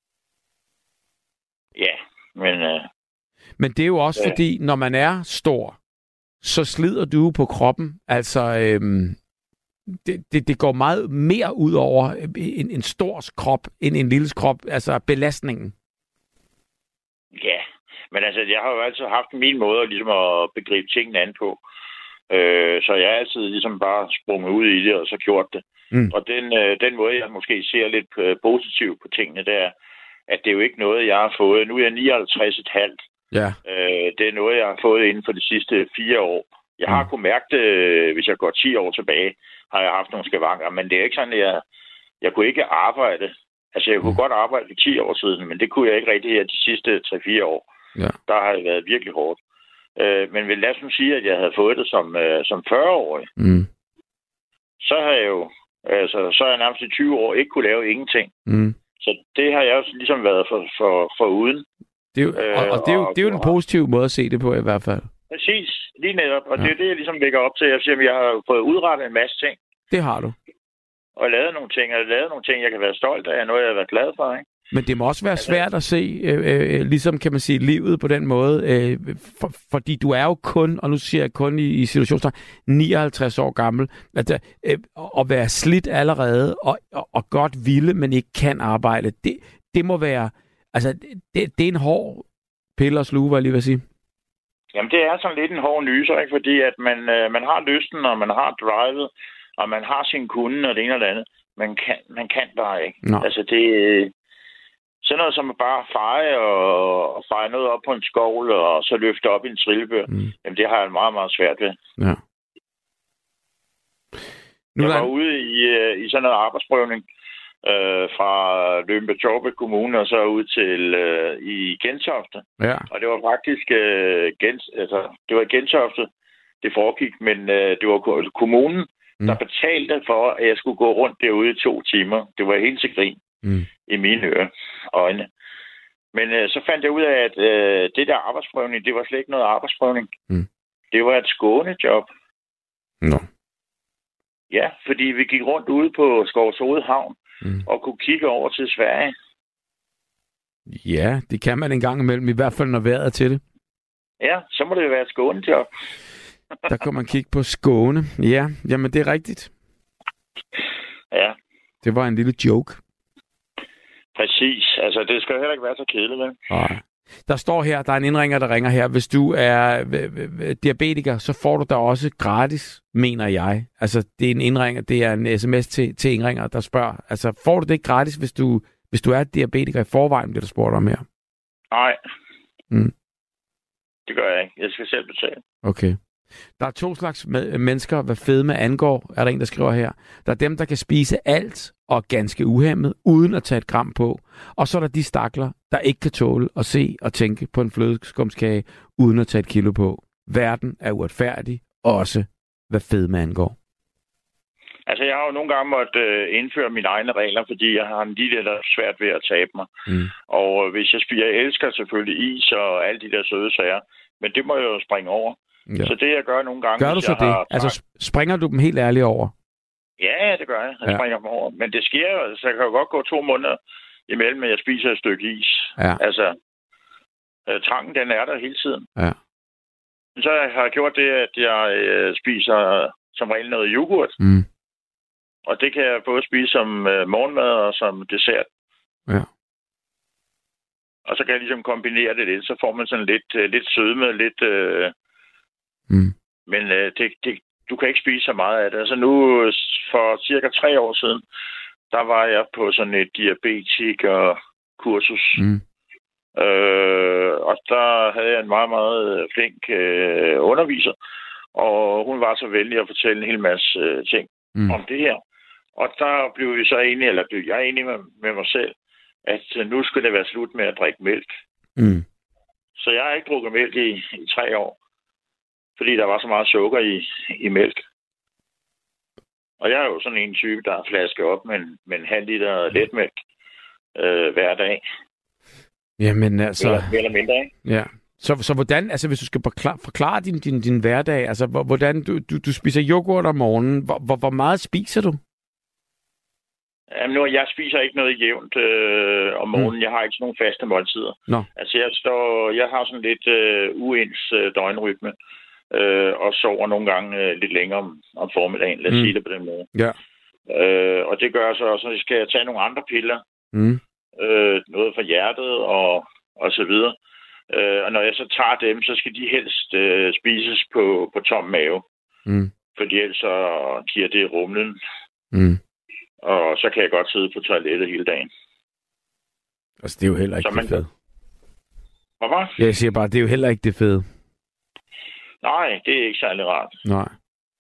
Ja, men... Øh, men det er jo også øh, fordi, når man er stor, så slider du på kroppen. Altså... Øhm, Det, det, det går meget mere ud over en, en stor krop end en lille krop, altså belastningen. Ja, men altså, jeg har jo altid haft min måde ligesom at begribe tingene an på. Øh, så jeg har altid ligesom bare sprunget ud i det, og så gjort det. Mm. Og den, øh, den måde, jeg måske ser lidt øh, positivt på tingene, det er, at det er jo ikke noget, jeg har fået. Nu er jeg nioghalvtreds komma fem. Ja. Øh, det er noget, jeg har fået inden for de sidste fire år. Jeg har mm. kunnet mærke det, hvis jeg går ti år tilbage, har jeg haft nogle skavanker, men det er ikke sådan, at jeg, jeg kunne ikke arbejde. Altså, jeg kunne mm. godt arbejde for ti år siden, men det kunne jeg ikke rigtig her de sidste tre fire år. Ja. Der har det været virkelig hårdt. Øh, men lad os nu sige, at jeg havde fået det som, øh, som fyrre-årig. Mm. Så har jeg jo, altså, så har jeg nærmest i tyve år ikke kunne lave ingenting. Mm. Så det har jeg også ligesom været for, for, for uden. Det er jo, og, og det er jo, det er jo en positiv måde at se det på i hvert fald. Præcis, lige netop. Og ja. Det er det, jeg ligesom lægger op til. Jeg siger, at jeg har fået udrettet en masse ting. Det har du. Og lavet nogle ting, og lavet nogle ting, jeg kan være stolt af, noget jeg har været glad for, ikke? Men det må også være svært at se, øh, øh, ligesom kan man sige, livet på den måde, øh, for, fordi du er jo kun, og nu siger jeg kun i, i situationstegn, nioghalvtreds år gammel, at, øh, at være slidt allerede, og, og, og godt ville, men ikke kan arbejde, det, det må være, altså, det, det er en hård pille at sluge, var jeg lige vil sige. Jamen, det er sådan lidt en hård nyser, ikke? Fordi at man, øh, man har lysten, og man har drivet, og man har sin kunde, og det ene og det andet. Man kan, man kan bare ikke. Nå. Altså, det er sådan noget som at bare feje og, og feje noget op på en skovl, og så løfte op i en trillebør. Mm. Jamen, det har jeg meget, meget svært ved. Ja. Nu jeg var der... ude i, i sådan noget arbejdsprøvning øh, fra Lyngby-Taarbæk Kommune, og så ud til øh, i Gentofte. Ja. Og det var faktisk øh, Gens, altså, det var Gentofte, det foregik, men øh, det var kommunen, mm. der betalte for, at jeg skulle gå rundt derude i to timer. Det var helt til grin mm. i mine ører øjne. Men øh, så fandt jeg ud af, at øh, det der arbejdsprøvning, det var slet ikke noget arbejdsprøvning. Mm. Det var et skånejob. Nå. No. Ja, fordi vi gik rundt ude på Skovshoved Havn mm. og kunne kigge over til Sverige. Ja, det kan man en gang imellem, i hvert fald når vejret er til det. Ja, så må det jo være et skånejob. Der kan man kigge på Skåne. Ja, jamen det er rigtigt. Ja. Det var en lille joke. Præcis. Altså, det skal jo heller ikke være så kedeligt, vel? Nej. Der står her, der er en indringer, der ringer her. Hvis du er diabetiker, så får du da også gratis, mener jeg. Altså, det er en indringer, det er en sms til, til indringer, der spørger. Altså, får du det gratis, hvis du, hvis du er diabetiker i forvejen, bliver der spurgt om her? Nej. Mm. Det gør jeg ikke. Jeg skal selv betale. Okay. Der er to slags mennesker, hvad fedme angår, er der en, der skriver her. Der er dem, der kan spise alt og ganske uhæmmet, uden at tage et gram på. Og så er der de stakler, der ikke kan tåle at se og tænke på en flødeskumskage, uden at tage et kilo på. Verden er uretfærdig, også hvad fedme angår. Altså, jeg har jo nogle gange måttet øh, indføre mine egne regler, fordi jeg har en lille der svært ved at tabe mig. Mm. Og øh, hvis jeg spiser, jeg elsker selvfølgelig is og alle de der søde sager, men det må jeg jo springe over. Ja. Så det, jeg gør nogle gange... Gør du så det? Altså, springer du dem helt ærligt over? Ja, det gør jeg. Jeg ja. springer dem over. Men det sker jo, så jeg kan jo godt gå to måneder imellem, at jeg spiser et stykke is. Ja. Altså, øh, trangen, den er der hele tiden. Ja. Så har jeg gjort det, at jeg øh, spiser som regel noget yoghurt. Mm. Og det kan jeg både spise som øh, morgenmad og som dessert. Ja. Og så kan jeg ligesom kombinere det lidt. Så får man sådan lidt, øh, lidt sødme, lidt... Øh, mm. Men øh, det, det, du kan ikke spise så meget af det. Altså nu, for cirka tre år siden, der var jeg på sådan et diabetiker-kursus. Mm. Øh, og der havde jeg en meget, meget flink øh, underviser. Og hun var så venlig at fortælle en hel masse øh, ting mm. om det her. Og der blev vi så enige, eller blev jeg enig med, med mig selv, at nu skulle det være slut med at drikke mælk. Mm. Så jeg har ikke drukket mælk i, i tre år, fordi der var så meget sukker i, i mælk. Og jeg er jo sådan en type, der flasker op med en, med en halv liter letmælk øh, hver dag. Jamen altså... Mere, mere eller mindre, ikke? Ja. Så, så hvordan, altså hvis du skal forklare, forklare din, din, din hverdag, altså hvordan du, du, du spiser yoghurt om morgenen, hvor, hvor, hvor meget spiser du? Jamen nu, jeg spiser ikke noget jævnt øh, om morgenen. Mm. Jeg har ikke sådan nogle faste måltider. No. Altså jeg står, jeg har sådan lidt øh, uens øh, døgnrytme, øh, og sover nogle gange øh, lidt længere om, om formiddagen. Lad os mm. sige det på den måde. Ja. Øh, og det gør så også, at skal jeg tage nogle andre piller. Mm. Øh, noget for hjertet og, og så videre. Øh, og når jeg så tager dem, så skal de helst øh, spises på, på tom mave. Mm. Fordi ellers så giver det rumlen. Mm. Og så kan jeg godt sidde på toilettet hele dagen. Altså, det er jo heller ikke man... det fede. Hvorfor? Jeg siger bare, det er jo heller ikke det fede. Nej, det er ikke særlig rart. Nej.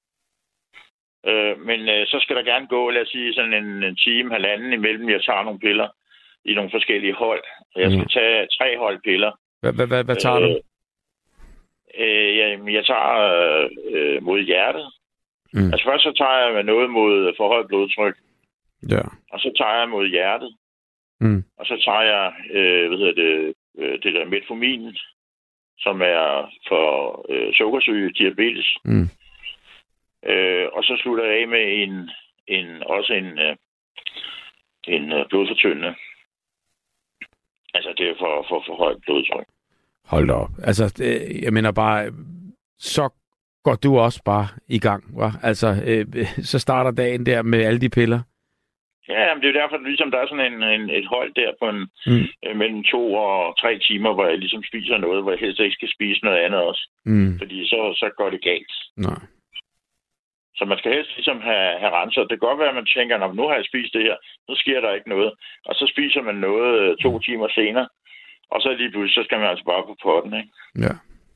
Øh, men øh, så skal der gerne gå, lad os sige, sådan en, en time, halvanden imellem, jeg tager nogle piller i nogle forskellige hold. Jeg skal mm. tage tre hold piller. Hvad tager øh, du? Øh, jeg, jeg tager øh, mod hjertet. Mm. Altså først så tager jeg noget mod forhøjet blodtryk. Ja. Og så tager jeg mod hjertet. Mm. Og så tager jeg, øh, hvad hedder det, øh, det der metformin, som er for øh, sukkersyge, diabetes. Mm. Øh, og så slutter jeg af med en, en også en, øh, en øh, blodfortyndende. Altså det er for, for, for højt blodtryk. Hold da op. Altså, det, jeg mener bare, så går du også bare i gang, hva? Altså, øh, så starter dagen der med alle de piller. Ja, jamen, det er jo derfor, at ligesom der er sådan en, en, et hold der på en, mm. øh, mellem to og tre timer, hvor jeg ligesom spiser noget, hvor jeg helst ikke skal spise noget andet også. Mm. Fordi så, så går det galt. Nej. Så man skal helst ligesom have, have renset. Det kan godt være, at man tænker, nu har jeg spist det her, nu sker der ikke noget. Og så spiser man noget to timer senere, og så lige pludselig, så skal man altså bare på potten, ikke? Ja.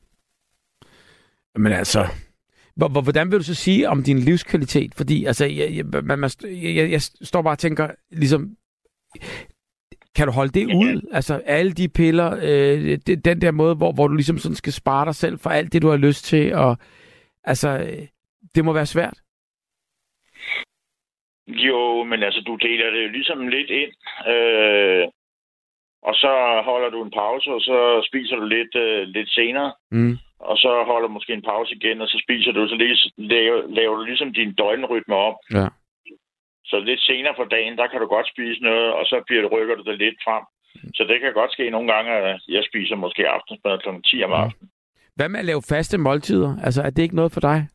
Men altså, hvordan vil du så sige om din livskvalitet? Fordi altså, jeg, jeg, man, man, jeg, jeg står bare og tænker, ligesom, kan du holde det ja. ud? Altså, alle de piller, øh, den der måde, hvor, hvor du ligesom sådan skal spare dig selv for alt det, du har lyst til, og altså, det må være svært. Jo, men altså, du deler det jo ligesom lidt ind, øh, og så holder du en pause, og så spiser du lidt, øh, lidt senere. Mm. Og så holder du måske en pause igen, og så spiser du, så laver, laver du ligesom din døgnrytme om. Ja. Så lidt senere på dagen, der kan du godt spise noget, og så bliver, rykker du det lidt frem. Så det kan godt ske nogle gange, at jeg spiser måske aftensmad klokken ti om aftenen. Hvad med at lave faste måltider? Altså, er det ikke noget for dig?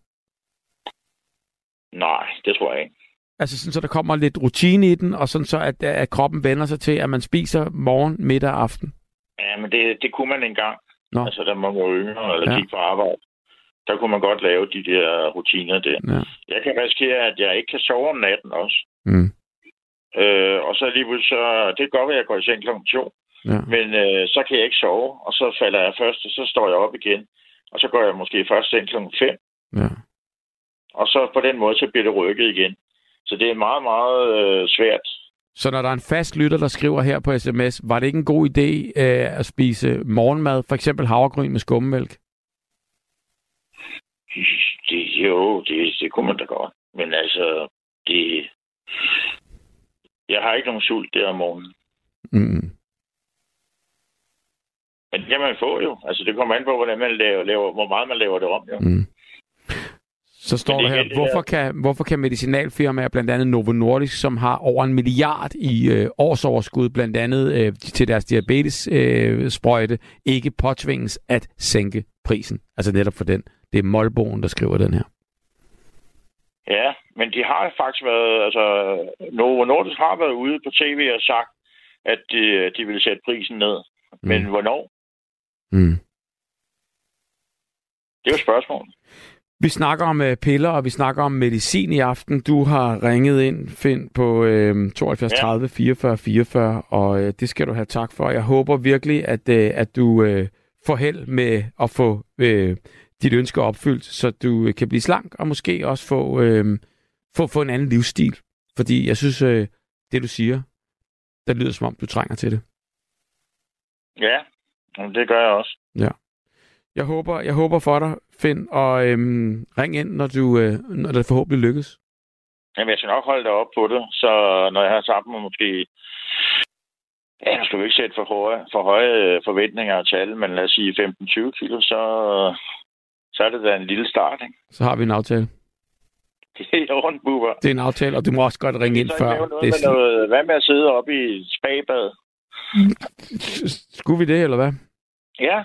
Nej, det tror jeg ikke. Altså sådan, så der kommer lidt rutine i den, og sådan så, at, at kroppen vender sig til, at man spiser morgen, middag og aften? Ja, men det, det kunne man engang. Nå. Altså, da man var yngre eller ja. gik på arbejde. Der kunne man godt lave de der rutiner der. Ja. Jeg kan risikere, at jeg ikke kan sove om natten også. Mm. Øh, og så lige så... Det kan godt være, at jeg går i seng klokken to. Ja. Men øh, så kan jeg ikke sove, og så falder jeg først, og så står jeg op igen. Og så går jeg måske først seng klokken fem. Ja. Og så på den måde, så bliver det rykket igen. Så det er meget, meget øh, svært. Så når der er en fast lytter, der skriver her på sms, var det ikke en god idé øh, at spise morgenmad, for eksempel havregryn med skummelmælk? Det, jo, det, det kunne man da godt. Men altså, det... Jeg har ikke nogen sult der om morgenen. Mm. Men det kan man få jo. Altså, det kommer an på, hvordan man laver, laver hvor meget man laver det om, jo. Mm. Så står der her, hvorfor kan, hvorfor kan medicinalfirmaer, blandt andet Novo Nordisk, som har over en milliard i øh, årsoverskud, blandt andet øh, til deres diabetes-sprøjte, øh, ikke påtvinges at sænke prisen? Altså netop for den. Det er Molboen, der skriver den her. Ja, men de har faktisk været, altså Novo Nordisk har været ude på tv og sagt, at de, de ville sætte prisen ned. Men mm. hvornår? Mm. Det er jo spørgsmålet. Vi snakker om uh, piller, og vi snakker om medicin i aften. Du har ringet ind, Finn, på øh, tooghalvfjerds tredive fireogfyrre fireogfyrre, og øh, det skal du have tak for. Jeg håber virkelig, at, øh, at du øh, får held med at få øh, dit ønske opfyldt, så du øh, kan blive slank, og måske også få, øh, få, få en anden livsstil. Fordi jeg synes, øh, det du siger, det lyder som om, du trænger til det. Ja, det gør jeg også. Ja. Jeg håber, jeg håber for dig, Finn, og øhm, ring ind, når, du, øh, når det forhåbentlig lykkes. Jamen, jeg skal nok holde dig op på det, så når jeg har sammen med måske... Ja, nu skal vi ikke sætte for høje, for høje forventninger til alle, men lad os sige femten til tyve kilo, så, så er det da en lille start, ikke? Så har vi en aftale. Det er i orden, Bubber. Det er en aftale, og du må også godt ringe ind før. Det er noget, hvad med at sidde oppe i spagbad? Skulle vi det, eller hvad? Ja.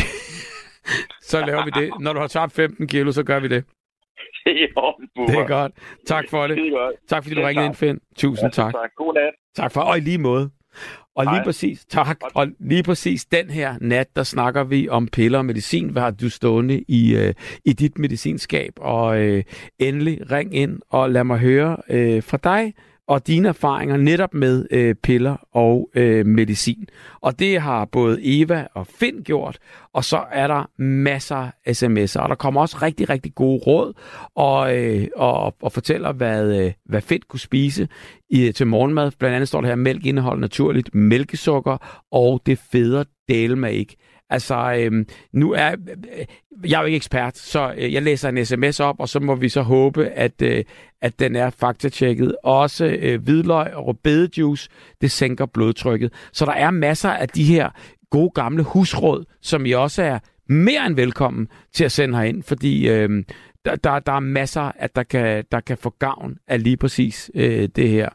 Så laver vi det. Når du har tabt femten kilo, så gør vi det. Det er i orden, Bubber. Det er godt. Tak for det. Det er godt. Tak fordi du ringede ind, Finn. Tusind ja, tak. tak. God nat. Tak for, og i lige måde. Og lige Hej. præcis, tak. Og lige præcis den her nat, der snakker vi om piller og medicin. Hvad har du stående i, øh, i dit medicinskab? Og øh, endelig ring ind og lad mig høre øh, fra dig og dine erfaringer netop med øh, piller og øh, medicin. Og det har både Eva og Finn gjort, og så er der masser af sms'er. Og der kommer også rigtig, rigtig gode råd og, øh, og, og fortæller, hvad, øh, hvad Finn kunne spise i, til morgenmad. Blandt andet står der her, mælk indeholder naturligt mælkesukker, og det feder dælme ikke. Altså, øh, nu er øh, jeg er jo ikke ekspert, så øh, jeg læser en sms op, og så må vi så håbe, at, øh, at den er faktatjekket. Også øh, hvidløg og rødbedejuice, det sænker blodtrykket. Så der er masser af de her gode gamle husråd, som I også er mere end velkommen til at sende herind, fordi øh, der, der, der er masser, at der kan, der kan få gavn af lige præcis øh, det her.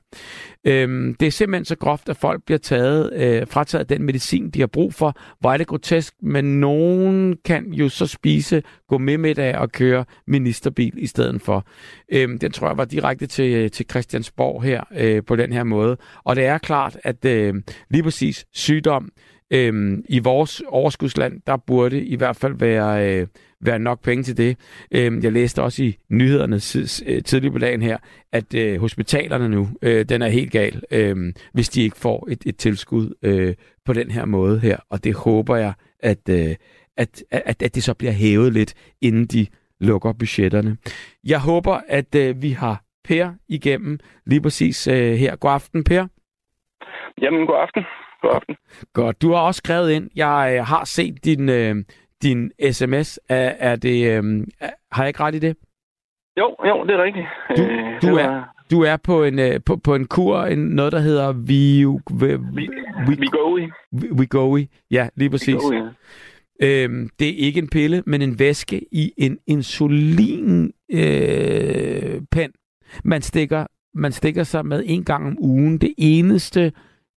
Øhm, det er simpelthen så groft, at folk bliver taget, øh, frataget den medicin, de har brug for. Hvor er det grotesk, men nogen kan jo så spise, gå med middag og køre ministerbil i stedet for. Øhm, den tror jeg var direkte til, til Christiansborg her øh, på den her måde. Og det er klart, at øh, lige præcis sygdom, Øhm, i vores overskudsland, der burde i hvert fald være, øh, være nok penge til det. Øhm, jeg læste også i nyhederne tidligere på dagen her, at øh, hospitalerne nu, øh, den er helt gal, øh, hvis de ikke får et, et tilskud øh, på den her måde her. Og det håber jeg, at, øh, at, at, at det så bliver hævet lidt, inden de lukker budgetterne. Jeg håber, at øh, vi har Per igennem lige præcis øh, her. God aften, Per. Jamen, god aften. God aften. Godt. Du har også skrevet ind. Jeg øh, har set din, øh, din sms. Er, er det, øh, har jeg ikke ret i det? Jo, jo, det er rigtigt. Du, du, er, du er på en, øh, på, på en kur, en, noget der hedder Vi, vi, Wegovy. Wegovy. Ja, lige præcis. Wegovy, ja. Øhm, det er ikke en pille, men en væske i en insulin øh, pen. Man stikker, man stikker sig med en gang om ugen. Det eneste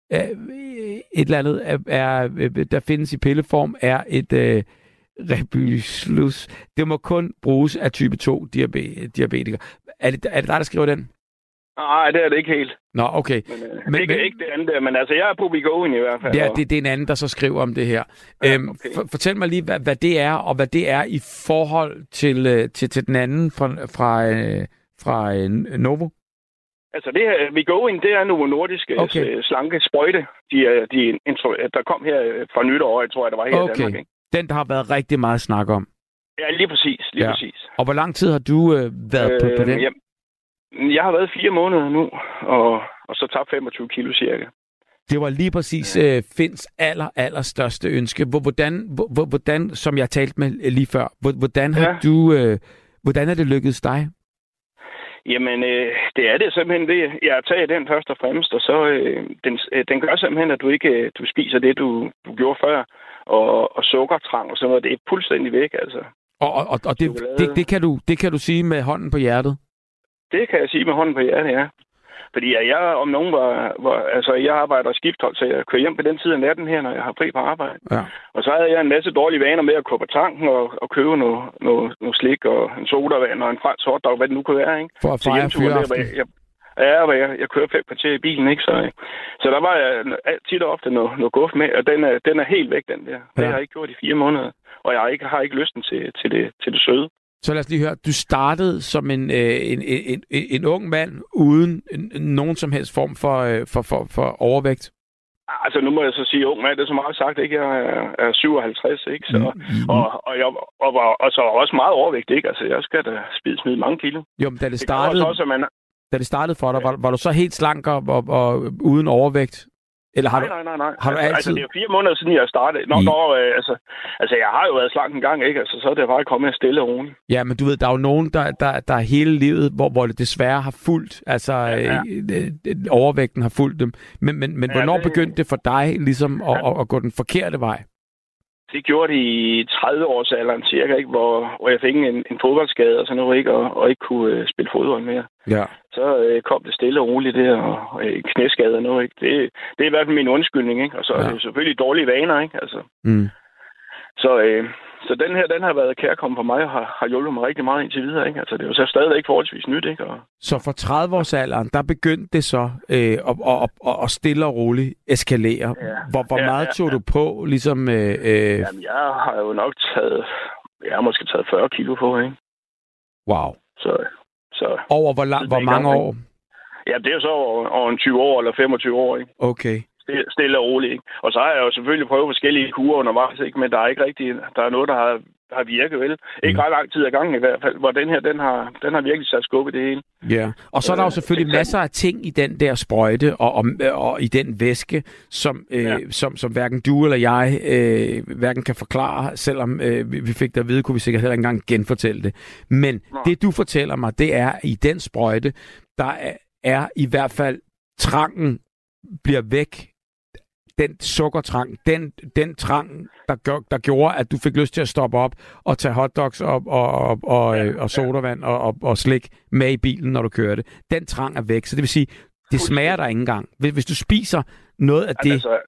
et eller andet, er, er, der findes i pilleform, er et øh, Rebyslus. Det må kun bruges af type to diabetikere. Er det, er det dig, der skriver den? Nej, det er det ikke helt. Nå, okay. Men, øh, men, ikke, men, ikke det andet, men altså, jeg er på Wegovy i hvert fald. Ja, det, det er en anden, der så skriver om det her. Ja, øhm, okay. for, fortæl mig lige, hvad, hvad det er, og hvad det er i forhold til, til, til den anden fra, fra, fra Novo. Altså, det her Wegovy, det er Novo Nordisk okay. slanke sprøjte. De, de, der kom her fra nytår, jeg tror jeg, der var her okay. i Danmark. Ikke? Den, der har været rigtig meget snak om. Ja, lige præcis. Lige ja. præcis. Og hvor lang tid har du øh, været øh, på, på den? Jeg, jeg har været fire måneder nu, og, og så tabt femogtyve kilo cirka. Det var lige præcis øh, Finns aller, aller største ønske. Hvordan, hvor, hvordan, som jeg talte med lige før, hvordan har ja. du, øh, hvordan er det lykkedes dig? Jamen, øh, det er det simpelthen det. Jeg har taget den først og fremmest, og så øh, den, øh, den gør simpelthen, at du ikke øh, du spiser det, du, du gjorde før, og, og sukkertrang og sådan noget. Det er fuldstændig væk, altså. Og, og, og det, det, det, kan du, det kan du sige med hånden på hjertet? Det kan jeg sige med hånden på hjertet, ja. Fordi jeg om nogen var, var altså jeg arbejder skifthold, så jeg kører hjem på den tid af natten her, når jeg har fri på arbejde. Ja. Og så havde jeg en masse dårlige vaner med at gå på tanken og, og købe noget, noget, noget slik og en sodavand og en fransk hotdog, hvad det nu kunne være, ikke? For at fejre fyraften. Jeg, ja, jeg, jeg kører fem kvarter i bilen, ikke? Så, så der var jeg tit og ofte noget, noget guf med, og den er, den er helt væk, den der. Ja. Det har jeg ikke gjort i fire måneder, og jeg har ikke, har ikke lysten til, til, det, til det søde. Så lad os lige høre, du startede som en, en, en, en, en ung mand uden nogen som helst form for, for, for, for overvægt? Altså, nu må jeg så sige ung mand, det er så meget sagt, ikke? Jeg er, er syvoghalvtreds, ikke? Så, mm-hmm. og, og, jeg, og, var, og så også meget overvægt, ikke? Altså, jeg skal da spide smide mange kilo. Jo, men da det startede, det også, man... da det startede for dig, ja. var, var du så helt slank og, og, og uden overvægt? Eller har nej, du, nej, nej, nej. Har du altid... Altså, det er fire måneder siden, jeg startede. Nå, I... når, øh, altså, altså, jeg har jo været slank en gang, ikke? Altså, så er det bare kommet stille og roligt. Ja, men du ved, der er jo nogen, der, der, der hele livet, hvor, hvor det desværre har fulgt, altså, ja, ja. Øh, overvægten har fulgt dem. Men, men, men ja, hvornår det... begyndte det for dig, ligesom, at, ja. at, at gå den forkerte vej? Det gjorde det i tredive års alderen cirka, ikke? Hvor, hvor jeg fik en, en fodboldskade og sådan noget, ikke? Og, og ikke kunne øh, spille fodbold mere. Ja. Så øh, kom det stille og roligt der, og, og øh, knæskade og noget, ikke? Det, det er i hvert fald min undskyldning, ikke? Og så ja. er det selvfølgelig dårlige vaner, ikke? Altså. Mm. Så, øh, så den her, den har været kærkommen for mig, og har, har hjulpet mig rigtig meget indtil videre, ikke? Altså, det er jo så stadigvæk forholdsvis nyt, ikke? Og... Så for tredive års alderen, der begyndte det så øh, at, at, at, at stille og roligt eskalere. Ja. Hvor, hvor ja, meget ja, tog ja. du på, ligesom... Øh, øh... Jamen, jeg har jo nok taget... Jeg har måske taget fyrre kilo på, ikke? Wow. Så... så over hvor, lang, hvor mange gang, år? Ja, det er jo så over, over en tyve år eller femogtyve år, ikke? Okay. Stille og roligt, ikke? Og så har jeg jo selvfølgelig prøvet forskellige kurer undervejs, ikke? Men der er ikke rigtig, der er noget, der har, har virket, vel? Ikke mm. ret lang tid ad gangen i hvert fald, hvor den her, den har, den har virkelig sat skub i det hele. Ja, og så er der jo selvfølgelig masser af ting i den der sprøjte og, og, og i den væske, som, øh, ja. som, som hverken du eller jeg øh, hverken kan forklare, selvom øh, vi fik det at vide, kunne vi sikkert heller ikke engang genfortælle det. Men Nå. det, du fortæller mig, det er, i den sprøjte, der er, er i hvert fald trangen bliver væk. Den sukkertrang, den, den trang, der, gør, der gjorde, at du fik lyst til at stoppe op og tage hotdogs og, og, og, og, ja, og sodavand og, og, og slik med i bilen, når du kørte. Den trang er væk. Så det vil sige, det smager der ikke engang. Hvis, hvis du spiser noget af det... Altså,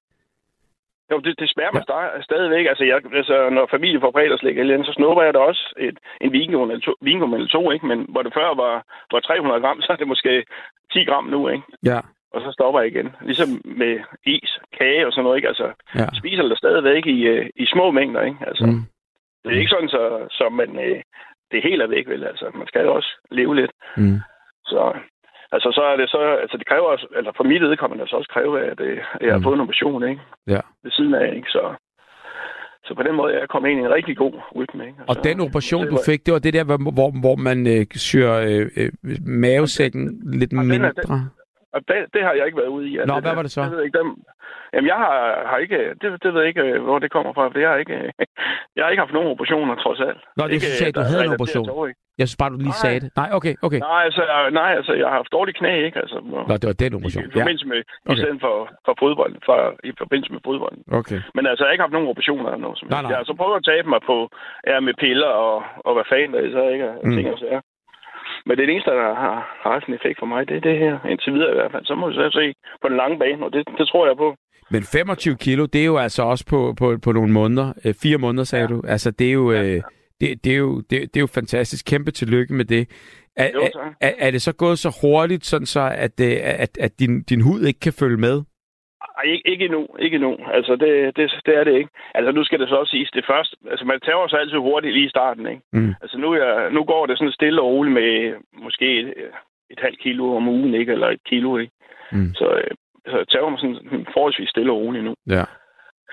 jo, det, det smager mig ja. stadigvæk. Altså, jeg, altså, når familien får fredagslæg, så snupper jeg da også et, en vingum eller, to, vingum eller to, ikke? Men hvor det før var, var tre hundrede gram, så er det måske ti gram nu, ikke? Ja. Og så stopper jeg igen. Ligesom med is, kage og sådan noget, ikke? Altså, ja. spiser det stadigvæk i, i små mængder, ikke? Altså, mm. det er ikke sådan, så, så man, øh, det helt er væk, vel? Altså, man skal jo også leve lidt. Mm. Så, altså, så er det så, altså, det kræver, altså, for mit vedkommende det så også kræve, at øh, jeg har mm. fået en motion, ikke? Ja. Ved siden af, ikke? Så, så på den måde er jeg kommet ind i en rigtig god rytme, ikke? Altså, og den operation, du fik, det var det der, hvor, hvor man øh, syr øh, øh, mavesækken lidt mindre? Den, Og det, det har jeg ikke været ude i. Altså, Nå, hvad var det så? Det, det ved jeg ikke, dem, jamen, jeg har, har ikke... Det, det ved jeg ikke, hvor det kommer fra. For jeg har ikke, jeg har ikke haft nogen operationer, trods alt. Nå, det ikke, sagde, du der, havde en operation. Tog, jeg synes bare, du lige nej. sagde det. Nej, okay, okay. Nej, altså, nej, altså jeg har haft dårlige knæ, ikke? Altså, Nå, det var den operation. I, i forbindelse med... Ja. Okay. I stedet for, for fodbold. For, I forbindelse med fodbolden. Okay. Men altså, jeg har ikke haft nogen operationer eller noget. Som nej, nej. Jeg har så prøvet at tabe mig på... Ja, med piller og, og hvad fanden der er, så ikke? Mm. Ting og sager. Men det eneste, der har, har haft en effekt for mig, det er det her. Indtil videre i hvert fald. Så må vi så se på den lange bane, og det, det tror jeg på. Men femogtyve kilo, det er jo altså også på, på, på nogle måneder. Øh, fire måneder, sagde ja. du. Altså, det er jo, ja, ja. Øh, det, det, er jo det, det er jo fantastisk. Kæmpe tillykke med det. Er, jo, er, er, er det så gået så hurtigt, sådan så, at, at, at din, din hud ikke kan følge med? Ej, ikke, ikke endnu. Ikke endnu. Altså, det, det, det er det ikke. Altså, nu skal det så også siges det først. Altså, man tager sig altid hurtigt lige i starten, ikke? Mm. Altså, nu, jeg, nu går det sådan stille og roligt med måske et, et halvt kilo om ugen, ikke? Eller et kilo, ikke? Mm. Så, så jeg tager mig sådan forholdsvis stille og roligt nu. Ja.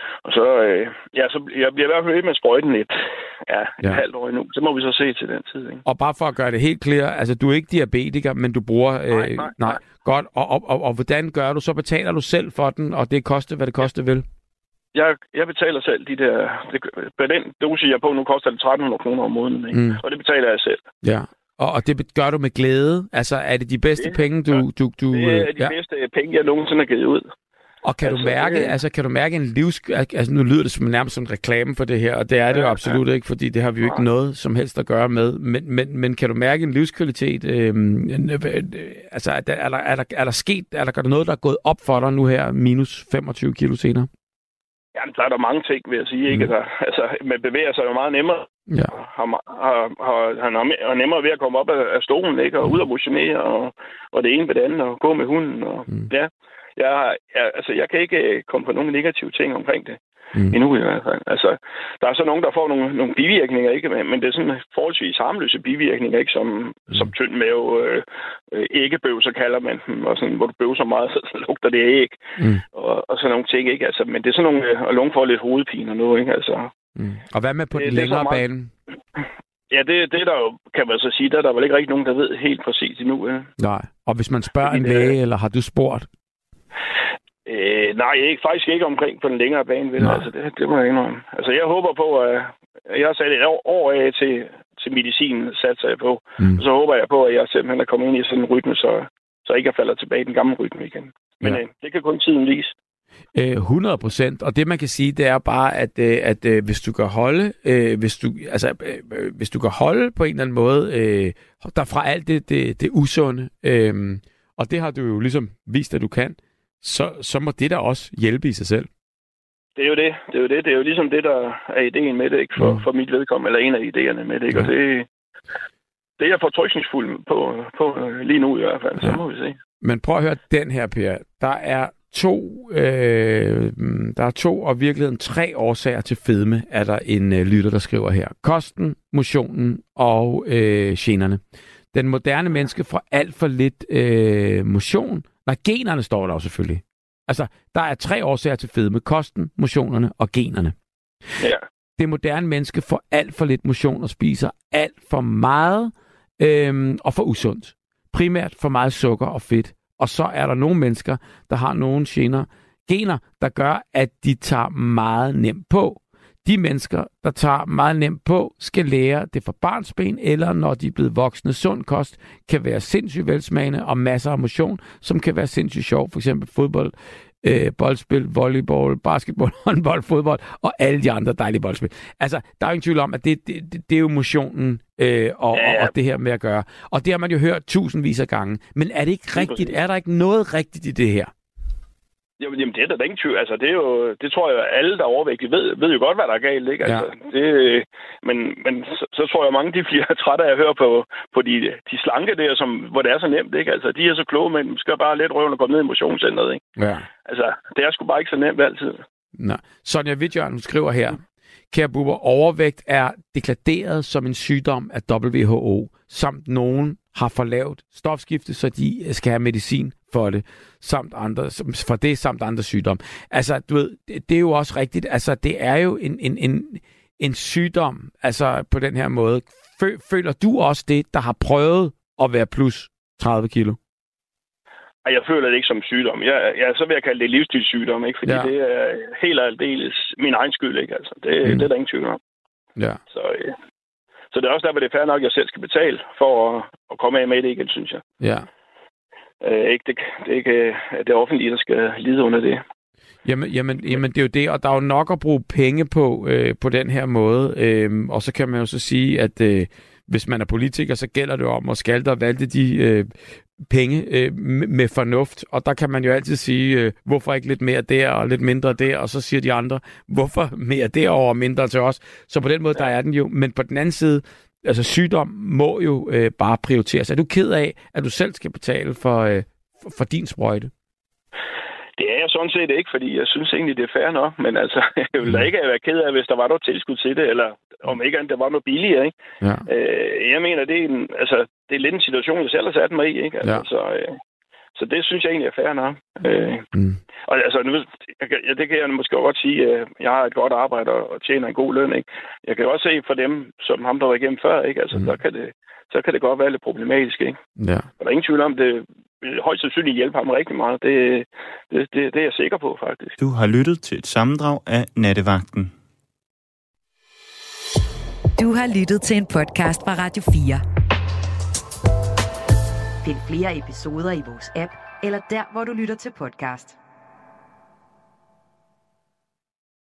Og så, øh, ja, så jeg bliver i hvert fald ved med sprøjten et, ja, et ja. halvt år endnu. Så må vi så se til den tid. Ikke? Og bare for at gøre det helt clear, altså du er ikke diabetiker, men du bruger... Øh, nej, nej, nej. Godt. Og, og, og, og hvordan gør du? Så betaler du selv for den, og det koster, hvad det koster vil? Jeg, jeg betaler selv de der... Det, på den dosis, jeg er på nu, koster det tretten hundrede kroner om måneden. Ikke? Mm. Og det betaler jeg selv. Ja. Og, og det gør du med glæde? Altså, er det de bedste det, penge, du... du, du det er de ja. bedste penge, jeg nogensinde har givet ud. Og kan altså, du mærke, det... altså kan du mærke en livs... Altså nu lyder det som nærmest som en reklame for det her, og det er det ja, jo absolut ja. ikke, fordi det har vi jo ikke ja. noget som helst at gøre med. Men, men, men kan du mærke en livskvalitet? Øh, altså er der, er, der, er, der, er der sket, er der, er der noget, der er gået op for dig nu her, minus femogtyve kilo senere? Jamen, der er der mange ting, vil jeg sige. Ikke? Mm. Altså, altså, man bevæger sig jo meget nemmere. Ja. Har, har, har, han har nemmere ved at komme op af, af stolen, ikke? Og mm. ud og motionere, og, og det ene med det andet, og gå med hunden. Og, mm. ja. Jeg, jeg, altså, jeg kan ikke komme på nogle negative ting omkring det. Mm. Endnu i hvert fald. Altså, der er så nogen, der får nogle, nogle bivirkninger, ikke? Men det er sådan forholdsvis harmløse bivirkninger, ikke? Som, mm. som tynd mave, øh, øh, æggebøvser kalder man dem, og sådan, hvor du bøvser meget, så lugter det æg, mm. og, og sådan nogle ting, ikke? Altså, men det er sådan nogle, og nogen får lidt hovedpine og noget, ikke? Altså, mm. Og hvad med på det, den længere bane? Ja, det, det der jo, kan man så sige, der er der vel ikke rigtig nogen, der ved helt præcis endnu. Ja? Nej, og hvis man spørger Fordi en læge, det, eller har du spurgt? Øh, nej, ikke, faktisk ikke omkring på den længere bane. Vel? Altså, det, det må jeg indrømme. Altså, jeg håber på, at jeg har sat et år af til, til medicinen, satser jeg på. Mm. Og så håber jeg på, at jeg simpelthen er kommet ind i sådan en rytme, så, så ikke jeg falder tilbage i den gamle rytme igen. Men ja. øh, det kan kun tiden vise. Øh, hundrede procent. Og det, man kan sige, det er bare, at, øh, at øh, hvis du kan holde, øh, hvis du, altså, øh, hvis du kan holde på en eller anden måde, øh, derfra alt det, det, det usunde, øh, og det har du jo ligesom vist, at du kan, Så, så må det da også hjælpe i sig selv. Det er jo det. Det er jo det. Det er jo ligesom det, der er ideen med det, ikke? For, mm. for mit vedkommende, eller en af idéerne med det, ikke? Ja. Og det, det er jeg fortrykningsfuld på, på lige nu i hvert fald. Så ja. må vi se. Men prøv at høre den her, Per. Der er to, øh, der er to og virkeligheden tre årsager til fedme, er der en øh, lytter, der skriver her. Kosten, motionen og øh, generne. Den moderne menneske får alt for lidt øh, motion. Nej, generne står der jo selvfølgelig. Altså, der er tre årsager til fedme. Kosten, motionerne og generne. Ja. Det moderne menneske får alt for lidt motion og spiser alt for meget øhm, og for usundt. Primært for meget sukker og fedt. Og så er der nogle mennesker, der har nogle gener, gener, der gør, at de tager meget nemt på. De mennesker, der tager meget nemt på, skal lære det fra barnsben, eller når de er blevet voksne. Sund kost kan være sindssygt velsmagende og masser af motion, som kan være sindssygt sjov. For eksempel fodbold, øh, boldspil, volleyball, basketball, håndbold, fodbold og alle de andre dejlige boldspil. Altså, der er jo ingen tvivl om, at det, det, det, det er jo motionen øh, og, ja, ja. Og, og det her med at gøre. Og det har man jo hørt tusindvis af gange. Men er det ikke rigtigt? Er der ikke noget rigtigt i det her? Jamen, det er der ingen tvivl. Altså, det er jo, det tror jeg, alle, der er overvægtige, ved, ved jo godt, hvad der er galt, ikke? Altså, ja. det, men men så, så tror jeg, mange de bliver trætte af at høre på, på de, de slanke der, som, hvor det er så nemt, ikke? Altså, de er så kloge, men skal bare let røven og komme ned i motionscenteret, ikke? Ja. Altså, det er sgu bare ikke så nemt altid. Nej. Sonja Vidjørn, hun skriver her, kære Bubber, overvægt er deklareret som en sygdom af W H O, samt nogen har for lavt stofskifte, så de skal have medicin for det, samt andre, for det samt andre sygdomme. Altså, du ved, det, det er jo også rigtigt. Altså, det er jo en, en, en, en sygdom, altså på den her måde. Føler du også det, der har prøvet at være plus tredive kilo? Jeg føler det ikke som sygdom. Jeg, jeg, så vil jeg kalde det livsstilssygdom, ikke? Fordi ja. det er helt aldeles min egen skyld, ikke? Altså, det, mm. det er der ingen tvivl om. Ja. Så, øh, så det er også derfor, det er fair nok, at jeg selv skal betale for at, at komme af med det igen, synes jeg. Ja. Øh, ikke, det, det er ikke det offentlige, der skal lide under det. Jamen, jamen, jamen, det er jo det, og der er jo nok at bruge penge på, øh, på den her måde. Øh, og så kan man jo så sige, at øh, hvis man er politiker, så gælder det om at skalte og valte de øh, penge øh, med fornuft. Og der kan man jo altid sige, øh, hvorfor ikke lidt mere der og lidt mindre der? Og så siger de andre, hvorfor mere derovre og mindre til os? Så på den måde, der er den jo. Men på den anden side, altså sygdom må jo øh, bare prioriteres. Er du ked af, at du selv skal betale for, øh, for, for din sprøjte? Det er jeg sådan set ikke, fordi jeg synes egentlig, det er fair nok. Men altså, jeg ville da ikke være ked af, hvis der var noget tilskud til det, eller om ikke andet, der var noget billigere, ikke? Ja. Øh, jeg mener, det er, en, altså, det er lidt en situation, jeg selv har sat mig i, ikke? Altså, ja. så, øh, så det synes jeg egentlig er fair nok. Øh, mm. Og altså, nu, jeg, ja, det kan jeg måske godt sige, at jeg har et godt arbejde og tjener en god løn, ikke? Jeg kan også se for dem, som ham, der var igennem før, ikke? Altså, mm. så, kan det, så kan det godt være lidt problematisk, ikke? Ja. Og der er ingen tvivl om, det højst sandsynligt hjælper ham rigtig meget. Det, det, det, det er jeg sikker på, faktisk. Du har lyttet til et sammendrag af Nattevagten. Du har lyttet til en podcast fra Radio fire. Find flere episoder i vores app, eller der, hvor du lytter til podcast.